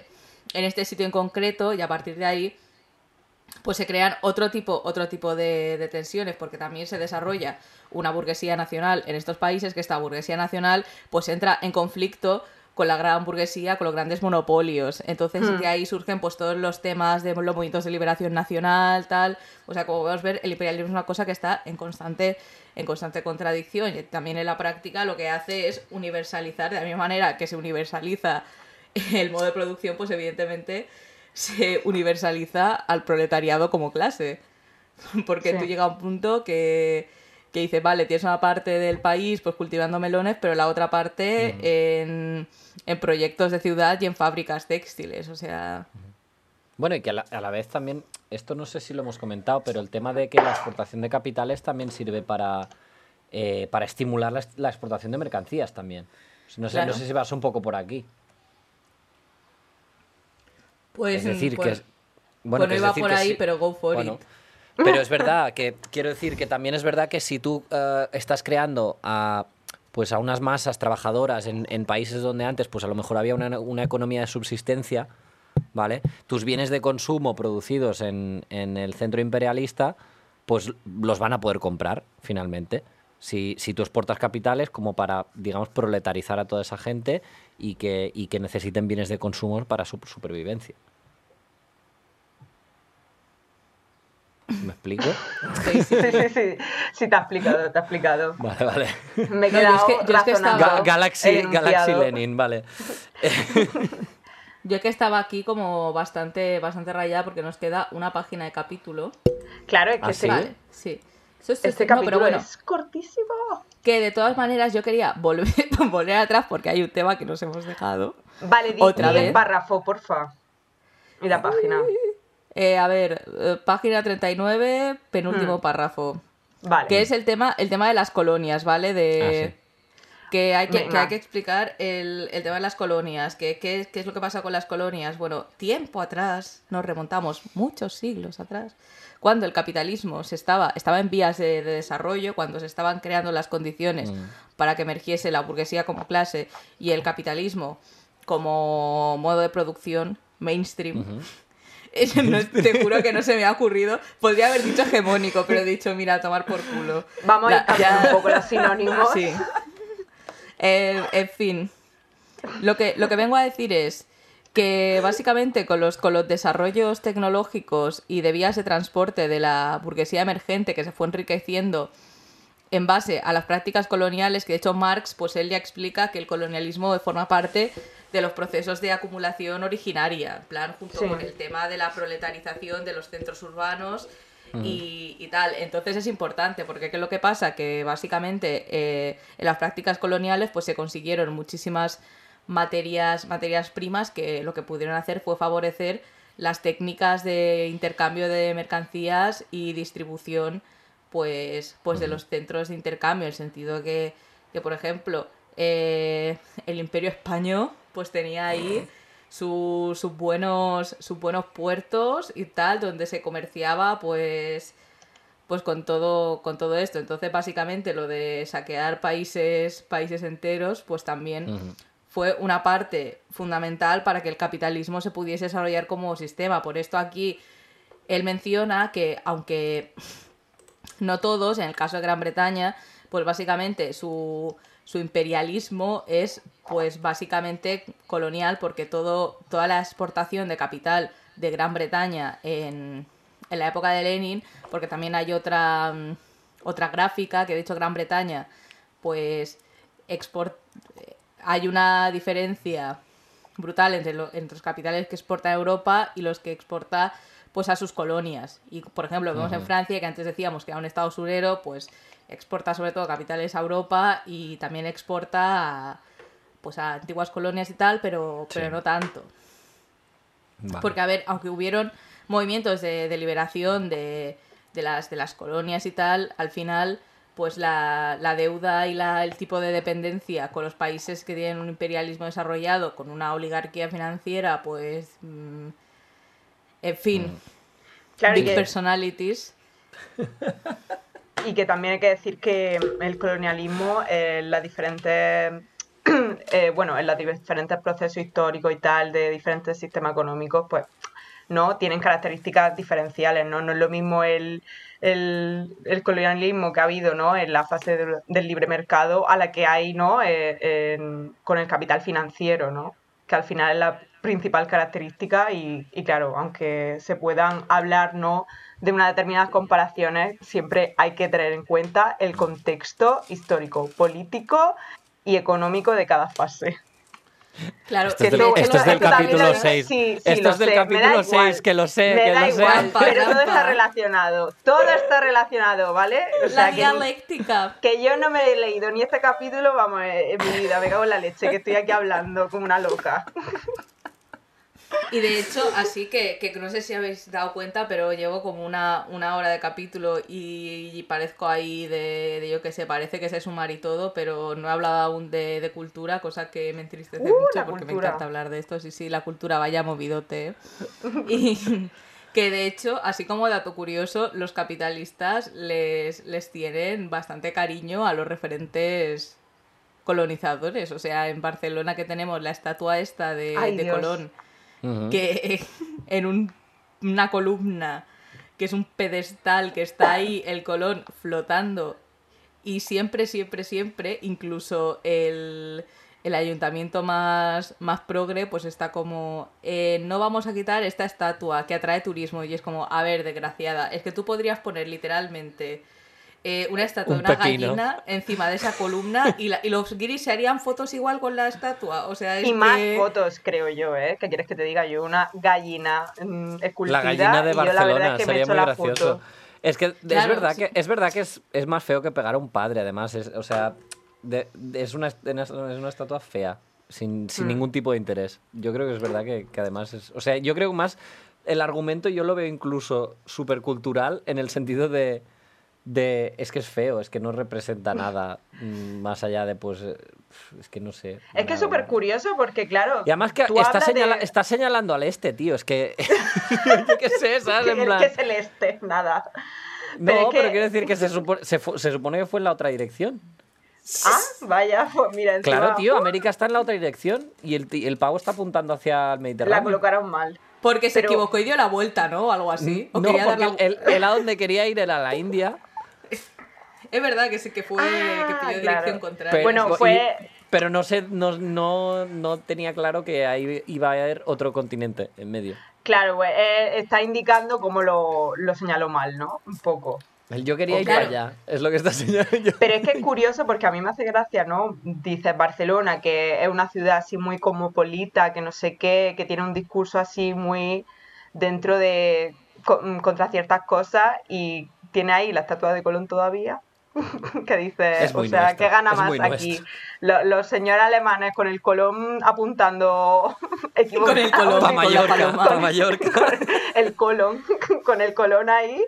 en este sitio en concreto, y a partir de ahí pues se crean otro tipo de tensiones, porque también se desarrolla una burguesía nacional en estos países, que esta burguesía nacional pues entra en conflicto con la gran burguesía, con los grandes monopolios. Entonces de ahí surgen pues todos los temas de los movimientos de liberación nacional, tal. O sea, como podemos ver, el imperialismo es una cosa que está en constante contradicción, y también en la práctica lo que hace es universalizar, de la misma manera que se universaliza el modo de producción, pues evidentemente se universaliza al proletariado como clase. Porque tú llegas a un punto que dices, vale, tienes una parte del país pues cultivando melones, pero la otra parte en proyectos de ciudad y en fábricas textiles, o sea... Bueno, y que a la vez también, esto no sé si lo hemos comentado, pero el tema de que la exportación de capitales también sirve para estimular la exportación de mercancías también. No sé, Claro. no sé si vas un poco por aquí. Pues, Es decir, pues, que... Bueno, no que es iba decir por que ahí, sí. pero go for Bueno, it. pero es verdad que, quiero decir que también es verdad que si tú estás creando pues a unas masas trabajadoras en países donde antes pues a lo mejor había una economía de subsistencia, ¿vale? Tus bienes de consumo producidos en el centro imperialista pues los van a poder comprar finalmente. Si tú exportas capitales como para, digamos, proletarizar a toda esa gente y que necesiten bienes de consumo para su supervivencia. ¿Me explico? Sí. Sí, te ha explicado. Vale. Me he No, quedado yo es que estaba- razonando. Galaxy enunciado. Lenin, vale. Yo que estaba aquí como bastante rayada porque nos queda una página de capítulo. Claro, es que ¿Ah, sí? Vale, sí. este No, capítulo pero bueno, es cortísimo. que de todas maneras yo quería volver atrás porque hay un tema que nos hemos dejado. Vale, di Otra el vez. párrafo, porfa. Y la página. A ver, página 39, penúltimo párrafo. Vale. Que es el tema de las colonias, ¿vale? Sí. Que hay Venga. que explicar el tema de las colonias. ¿Qué es lo que pasa con las colonias? Bueno, tiempo atrás, nos remontamos muchos siglos atrás, cuando el capitalismo estaba en vías de desarrollo, cuando se estaban creando las condiciones para que emergiese la burguesía como clase y el capitalismo como modo de producción mainstream. Te juro que no se me ha ocurrido. Podría haber dicho hegemónico, pero he dicho, mira, a tomar por culo. Vamos a ir cambiando un poco los sinónimos. Sí. En fin. Lo que vengo a decir es que básicamente con los desarrollos tecnológicos y de vías de transporte de la burguesía emergente que se fue enriqueciendo en base a las prácticas coloniales, que de hecho Marx, pues él ya explica que el colonialismo forma parte de los procesos de acumulación originaria, en plan, junto con el tema de la proletarización de los centros urbanos y tal. Entonces es importante, porque ¿qué es lo que pasa? Que básicamente en las prácticas coloniales pues se consiguieron muchísimas materias primas que lo que pudieron hacer fue favorecer las técnicas de intercambio de mercancías y distribución pues de los centros de intercambio, en el sentido que por ejemplo, el Imperio Español pues tenía ahí sus buenos puertos y tal, donde se comerciaba pues con todo esto. Entonces, básicamente, lo de saquear países enteros, pues también fue una parte fundamental para que el capitalismo se pudiese desarrollar como sistema. Por esto aquí él menciona que, aunque no todos, en el caso de Gran Bretaña, pues básicamente su imperialismo es pues básicamente colonial, porque toda la exportación de capital de Gran Bretaña en la época de Lenin, porque también hay otra gráfica que de hecho Gran Bretaña pues hay una diferencia brutal entre los capitales que exporta a Europa y los que exporta pues a sus colonias. Y por ejemplo, vemos en Francia, que antes decíamos que era un estado usurero, pues exporta sobre todo capitales a Europa y también exporta a antiguas colonias y tal, pero no tanto. Vale. Porque, a ver, aunque hubieron movimientos de liberación de las colonias y tal, al final pues la deuda y el tipo de dependencia con los países que tienen un imperialismo desarrollado, con una oligarquía financiera, pues en fin, Claro, big personalities. Y que también hay que decir que el colonialismo, las diferentes bueno, en los diferentes procesos históricos y tal, de diferentes sistemas económicos, pues, ¿no? Tienen características diferenciales, ¿no? No es lo mismo el colonialismo que ha habido, ¿no? En la fase del libre mercado a la que hay, ¿no? Con el capital financiero, ¿no? Que al final es la principal característica y claro, aunque se puedan hablar, ¿no? De unas determinadas comparaciones, siempre hay que tener en cuenta el contexto histórico, político y económico de cada fase. Claro, esto es del capítulo 6. Sí, esto es del capítulo 6, que lo sé, que lo sé. Pero todo está relacionado. Todo está relacionado, ¿vale? O sea, la dialéctica. Que yo no me he leído ni este capítulo, vamos, en mi vida, me cago en la leche, que estoy aquí hablando como una loca. Y de hecho, así que no sé si habéis dado cuenta, pero llevo como una hora de capítulo y parezco ahí de yo qué sé, parece que sé sumar y todo, pero no he hablado aún de cultura, cosa que me entristece mucho porque me encanta hablar de esto. Sí, la cultura vaya movidote, ¿eh? Y que de hecho, así como dato curioso, los capitalistas les tienen bastante cariño a los referentes colonizadores. O sea, en Barcelona que tenemos la estatua esta de Colón, que en una columna, que es un pedestal que está ahí, el Colón flotando, y siempre, incluso el ayuntamiento más progre, pues está como, no vamos a quitar esta estatua que atrae turismo, y es como, a ver, desgraciada, es que tú podrías poner literalmente una estatua de una gallina encima de esa columna y los guiris se harían fotos igual con la estatua. O sea, y más fotos, creo yo, ¿eh? ¿Qué quieres que te diga yo? Una gallina esculpida. La gallina de Barcelona, y yo la verdad es que sería muy gracioso. Foto. Es que claro, es verdad que es más feo que pegar a un padre, además. O sea, es una estatua fea, sin ningún tipo de interés. Yo creo que es verdad que además es... O sea, yo creo más... El argumento yo lo veo incluso súper cultural en el sentido de es que es feo, es que no representa nada más allá de, pues, es que no sé. Es que es súper curioso porque, claro... Y además que está señalando al este, tío, es que... yo qué sé, ¿sabes? En plan... que es el este, nada. No, pero quiero decir que se supone que fue en la otra dirección. Ah, vaya, pues mira, encima... Claro, tío, América está en la otra dirección y el pavo está apuntando hacia el Mediterráneo. La colocaron mal. Porque se equivocó y dio la vuelta, ¿no? O algo así. ¿O no, porque el a donde quería ir era la India. Es verdad que sí que fue que pidió dirección contraria. Pero, bueno, fue... Pero no tenía claro que ahí iba a haber otro continente en medio. Claro, pues, está indicando cómo lo señaló mal, ¿no? Un poco. Yo quería ir para allá, es lo que está señalando. Pero es que es curioso porque a mí me hace gracia, ¿no? Dices Barcelona, que es una ciudad así muy cosmopolita, que no sé qué, que tiene un discurso así muy dentro de... contra ciertas cosas, y tiene ahí la estatua de Colón todavía. Que dice, o sea, nuestro. ¿Qué gana más aquí? Los señores alemanes con el Colón apuntando con el Colón para Mallorca, con el Colón, con el Colón ahí,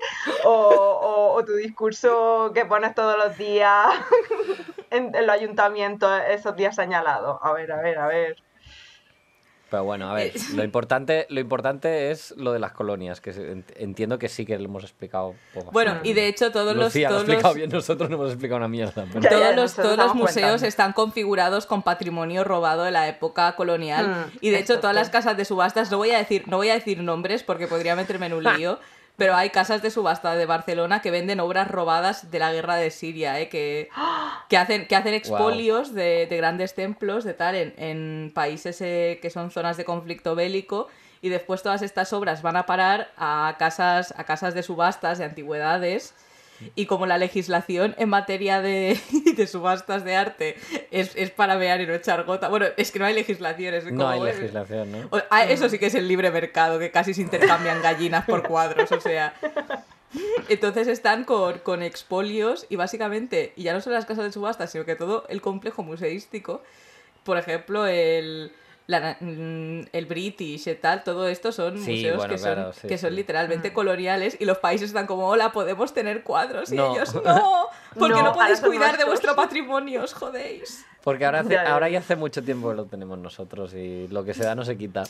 o tu discurso que pones todos los días en los ayuntamientos esos días señalados. A ver. Pero bueno, a ver, lo importante es lo de las colonias, que entiendo que sí que lo hemos explicado poco. Bueno, y de hecho todos lo he explicado bien, nosotros no hemos explicado una mierda. Pero... Todos los museos están configurados con patrimonio robado de la época colonial. Y de hecho todas las casas de subastas, no voy a decir nombres porque podría meterme en un lío, pero hay casas de subasta de Barcelona que venden obras robadas de la guerra de Siria, que hacen expolios de grandes templos de tal en países que son zonas de conflicto bélico, y después todas estas obras van a parar a casas de subastas de antigüedades. Y como la legislación en materia de subastas de arte es para mear y no echar gota. Bueno, es que no hay legislación. No hay legislación, ¿no? Eso sí que es el libre mercado, que casi se intercambian gallinas por cuadros, o sea... Entonces están con expolios y básicamente, y ya no son las casas de subastas, sino que todo el complejo museístico, por ejemplo, el British y tal, todo esto son museos que son literalmente coloniales, y los países están como, hola, podemos tener cuadros, y ellos, no, porque no podéis cuidar de vuestro patrimonio, os jodéis. Porque ahora ya hace mucho tiempo que lo tenemos nosotros y lo que se da no se quita.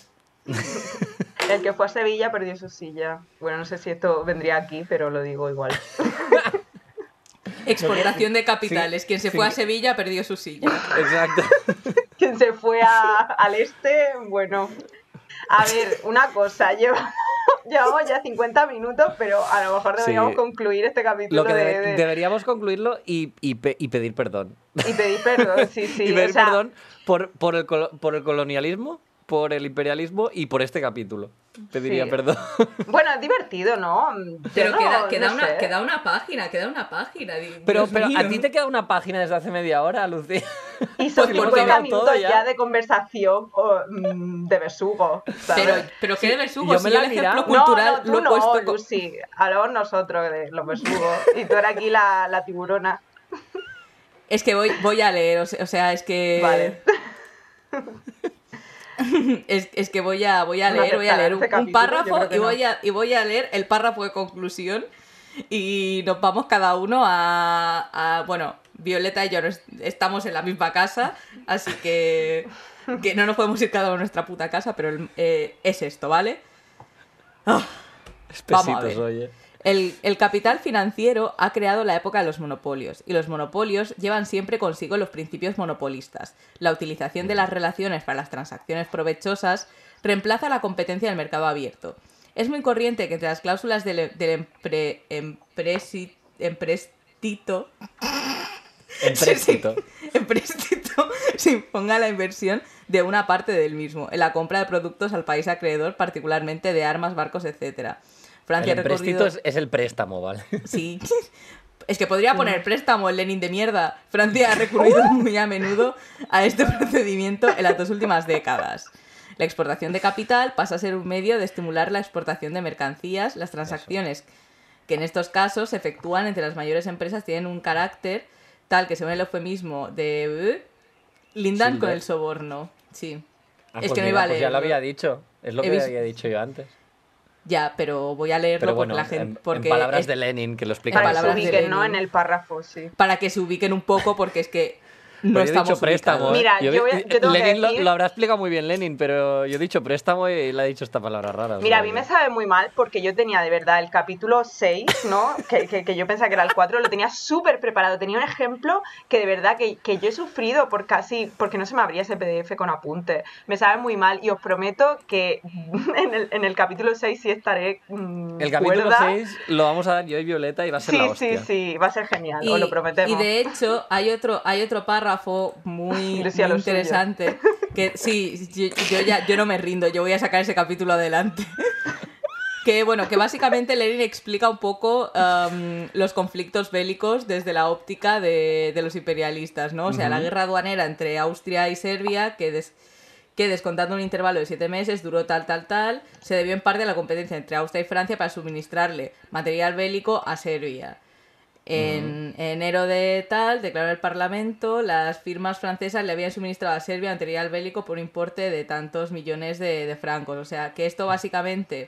El que fue a Sevilla perdió su silla. Bueno, no sé si esto vendría aquí, pero lo digo igual. Exportación de capitales. Quien se fue a Sevilla perdió su silla. Exacto. quien se fue al este, bueno. A ver, una cosa, llevamos ya 50 minutos, pero a lo mejor deberíamos concluir este capítulo. Lo que deberíamos concluirlo y pedir perdón. Y pedir perdón, sí. Y pedir perdón por el colonialismo, por el imperialismo y por este capítulo. Pediría perdón. Bueno, es divertido, ¿no? Pero queda una página. Pero a ti te queda una página desde hace media hora, Lucía. Y son 50 minutos ya de conversación de besugo, ¿sabes? Pero ¿qué de besugo? Yo me la el ejemplo cultural tú lo he puesto... Lucy. Hablamos nosotros de los besugos. Y tú eres aquí la tiburona. Es que voy a leer, o sea, es que... Vale. Es que voy a leer un párrafo y voy a leer el párrafo de conclusión y nos vamos cada uno bueno, Violeta y yo estamos en la misma casa, así que no nos podemos ir cada uno a nuestra puta casa, pero es esto, ¿vale? Vamos a ver. Oye. El capital financiero ha creado la época de los monopolios, y los monopolios llevan siempre consigo los principios monopolistas. La utilización de las relaciones para las transacciones provechosas reemplaza la competencia del mercado abierto. Es muy corriente que entre las cláusulas del empréstito se imponga la inversión de una parte del mismo en la compra de productos al país acreedor, particularmente de armas, barcos, etcétera. Francia el empréstito es el préstamo, ¿vale? Sí. Es que podría poner préstamo, el Lenin de mierda. Francia ha recurrido muy a menudo a este procedimiento en las 2 últimas décadas. La exportación de capital pasa a ser un medio de estimular la exportación de mercancías. Las transacciones que en estos casos se efectúan entre las mayores empresas tienen un carácter tal que, según el eufemismo de... lindan con el soborno. Sí. Es que no iba a leer. Pues ya lo había dicho. Es lo que había dicho yo antes. Ya, pero voy a leerlo bueno, porque la gente... en palabras de Lenin, que lo explica. Para que se ubiquen, ¿no? En el párrafo, sí. Para que se ubiquen un poco, porque es que no pero estamos he dicho préstamo. Mira, yo tengo Lenin que decir... lo habrá explicado muy bien Lenin, pero yo he dicho préstamo y le ha dicho esta palabra rara. Mira, a mí me sabe muy mal porque yo tenía de verdad el capítulo 6, ¿no? que yo pensaba que era el 4, lo tenía súper preparado. Tenía un ejemplo que de verdad que yo he sufrido porque no se me abría ese PDF con apuntes. Me sabe muy mal y os prometo que en el capítulo 6 sí estaré el capítulo 6 lo vamos a dar yo y Violeta y va a ser la hostia. Sí, va a ser genial, os lo prometemos. Y de hecho hay otro párrafo muy interesante que sí, yo no me rindo, yo voy a sacar ese capítulo adelante. Que básicamente Lenin explica un poco los conflictos bélicos desde la óptica de los imperialistas, ¿no? O sea, la guerra aduanera entre Austria y Serbia, que descontando un intervalo de 7 meses duró tal, se debió en parte a la competencia entre Austria y Francia para suministrarle material bélico a Serbia. En enero declaró el Parlamento, las firmas francesas le habían suministrado a Serbia material bélico por un importe de tantos millones de francos. O sea, que esto básicamente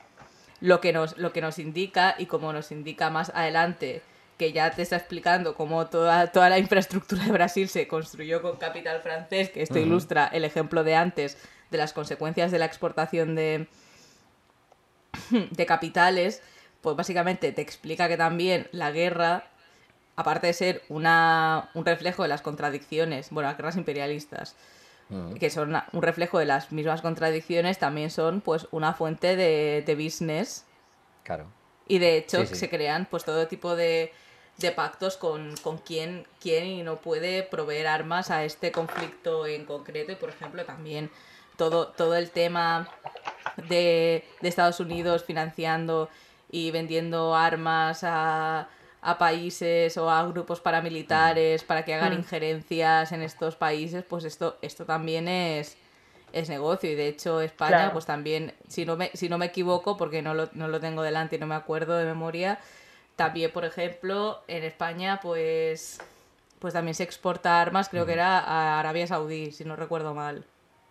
lo que nos indica, y como nos indica más adelante, que ya te está explicando cómo toda la infraestructura de Brasil se construyó con capital francés, que esto ilustra el ejemplo de antes de las consecuencias de la exportación de capitales. Pues básicamente te explica que también la guerra, aparte de ser un reflejo de las contradicciones, las guerras imperialistas, que son un reflejo de las mismas contradicciones, también son pues una fuente de business. Claro. Y de hecho se crean pues todo tipo de pactos con quién y no puede proveer armas a este conflicto en concreto. Y por ejemplo también todo el tema de Estados Unidos financiando y vendiendo armas a países o a grupos paramilitares para que hagan injerencias en estos países, pues esto también es negocio. Y de hecho España, claro, pues también, si no me equivoco, porque no lo tengo delante y no me acuerdo de memoria, también, por ejemplo, en España pues también se exporta armas, creo que era a Arabia Saudí, si no recuerdo mal.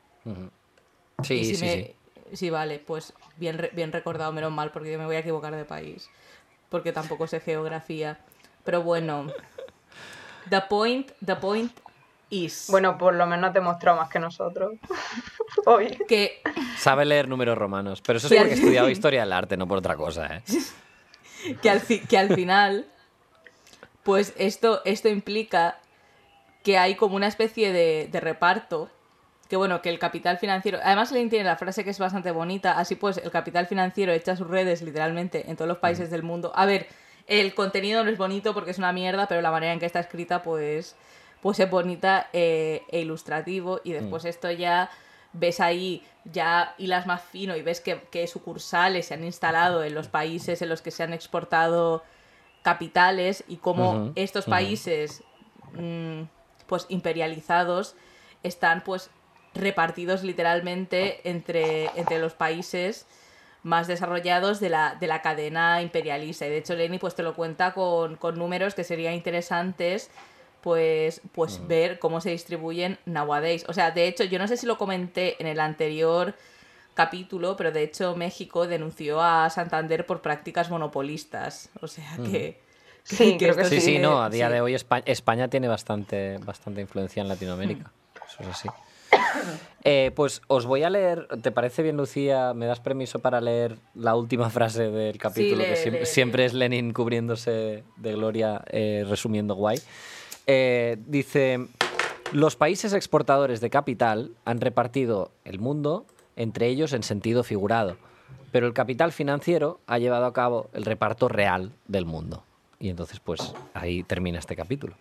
Sí. Sí, vale, pues bien recordado, menos mal, porque yo me voy a equivocar de país, porque tampoco sé geografía. Pero bueno, the point is... Bueno, por lo menos has demostrado más que nosotros hoy. Que sabe leer números romanos, pero eso es porque he estudiado historia del arte, no por otra cosa, ¿eh? que al final, pues esto implica que hay como una especie de reparto, que bueno, que el capital financiero... Además Lenin tiene la frase que es bastante bonita, así pues el capital financiero echa sus redes literalmente en todos los países del mundo. A ver, el contenido no es bonito porque es una mierda, pero la manera en que está escrita pues es bonita e ilustrativo, y después esto ya... ves ahí, ya hilas más fino y ves que sucursales se han instalado en los países en los que se han exportado capitales, y cómo estos países pues imperializados están pues repartidos literalmente entre los países más desarrollados de la cadena imperialista. Y de hecho Lenin pues te lo cuenta con números que serían interesantes pues ver cómo se distribuyen nowadays. O sea, de hecho, yo no sé si lo comenté en el anterior capítulo, pero de hecho México denunció a Santander por prácticas monopolistas. O sea que... Sí, creo que sí. Sí, no, a día de hoy España tiene bastante influencia en Latinoamérica. Eso es así. Pues os voy a leer, ¿te parece bien, Lucía? ¿Me das permiso para leer la última frase del capítulo? Sí, que siempre es Lenin cubriéndose de gloria, resumiendo guay. Dice: los países exportadores de capital han repartido el mundo entre ellos en sentido figurado, pero el capital financiero ha llevado a cabo el reparto real del mundo. Y entonces pues ahí termina este capítulo.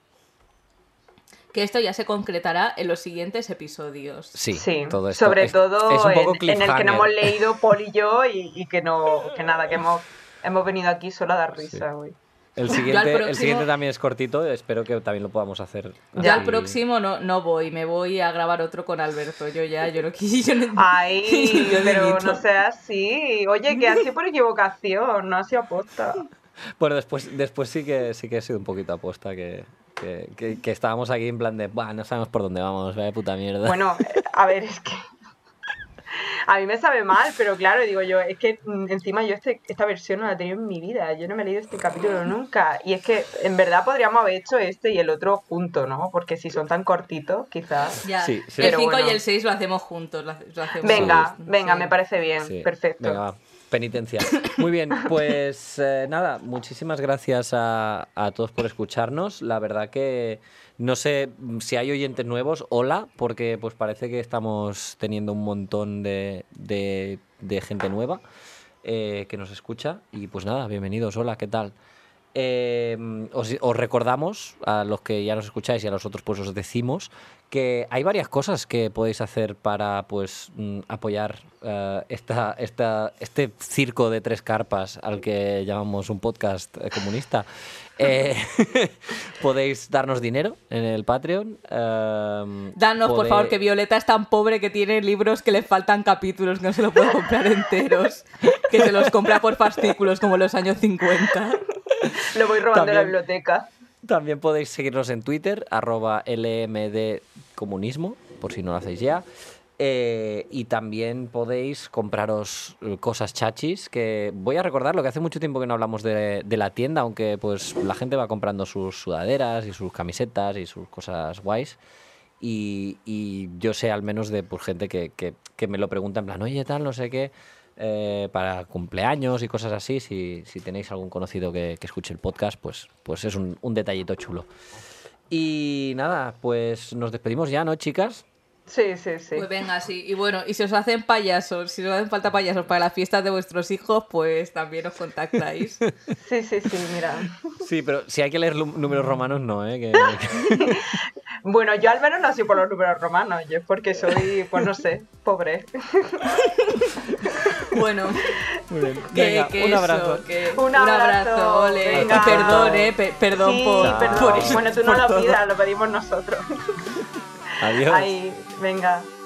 Que esto ya se concretará en los siguientes episodios. Sí, todo esto sobre todo es un poco en el que no hemos leído Paul y yo, y que hemos venido aquí solo a dar risa hoy. El siguiente también es cortito, espero que también lo podamos hacer. Ya al próximo no voy, me voy a grabar otro con Alberto. Yo no quise. Ay, pero no sea así. Oye, que ha sido por equivocación, no ha sido aposta. Bueno, después sí que ha sido un poquito aposta, que estábamos aquí en plan de, no sabemos por dónde vamos, vaya puta mierda. Bueno, a ver, es que a mí me sabe mal, pero claro, digo yo, es que encima yo esta versión no la he tenido en mi vida, yo no me he leído este capítulo nunca, y es que en verdad podríamos haber hecho este y el otro juntos, ¿no? Porque si son tan cortitos, quizás... Ya. Sí. El 5 y el 6 lo hacemos juntos. Venga, me parece bien, perfecto. Venga, va. Penitencia. Muy bien, pues nada, muchísimas gracias a todos por escucharnos. La verdad que no sé si hay oyentes nuevos, hola, porque pues parece que estamos teniendo un montón de gente nueva que nos escucha. Y pues nada, bienvenidos, hola, ¿qué tal? Os recordamos, a los que ya nos escucháis y a los otros pues os decimos que hay varias cosas que podéis hacer para pues apoyar este circo de tres carpas al que llamamos un podcast comunista. Podéis darnos dinero en el Patreon. Danos, por favor, que Violeta es tan pobre que tiene libros que le faltan capítulos, que no se los puede comprar enteros, que se los compra por fascículos como en los años 50. Lo voy robando de la biblioteca. También podéis seguirnos en Twitter, @LMDcomunismo, por si no lo hacéis ya. Y también podéis compraros cosas chachis, que voy a recordar lo que hace mucho tiempo que no hablamos de la tienda, aunque pues la gente va comprando sus sudaderas y sus camisetas y sus cosas guays. Y yo sé al menos de pues, gente que me lo pregunta en plan, oye, tal, no sé qué, para cumpleaños y cosas así. Si tenéis algún conocido que escuche el podcast, pues es un detallito chulo. Y nada, pues nos despedimos ya, ¿no, chicas? Sí. Pues venga, sí. Y bueno, y si os hacen payasos, si os hacen falta payasos para las fiestas de vuestros hijos, pues también os contactáis. Sí, mira. Sí, pero si hay que leer números romanos, no, ¿eh? Bueno, yo al menos no soy por los números romanos, yo es porque soy, pues no sé, pobre. Bueno, venga, un abrazo. Un abrazo, ole. Venga. Y perdón Sí, por perdón. eso. Bueno, tú no lo pidas, lo pedimos nosotros. Adiós. Ahí, venga.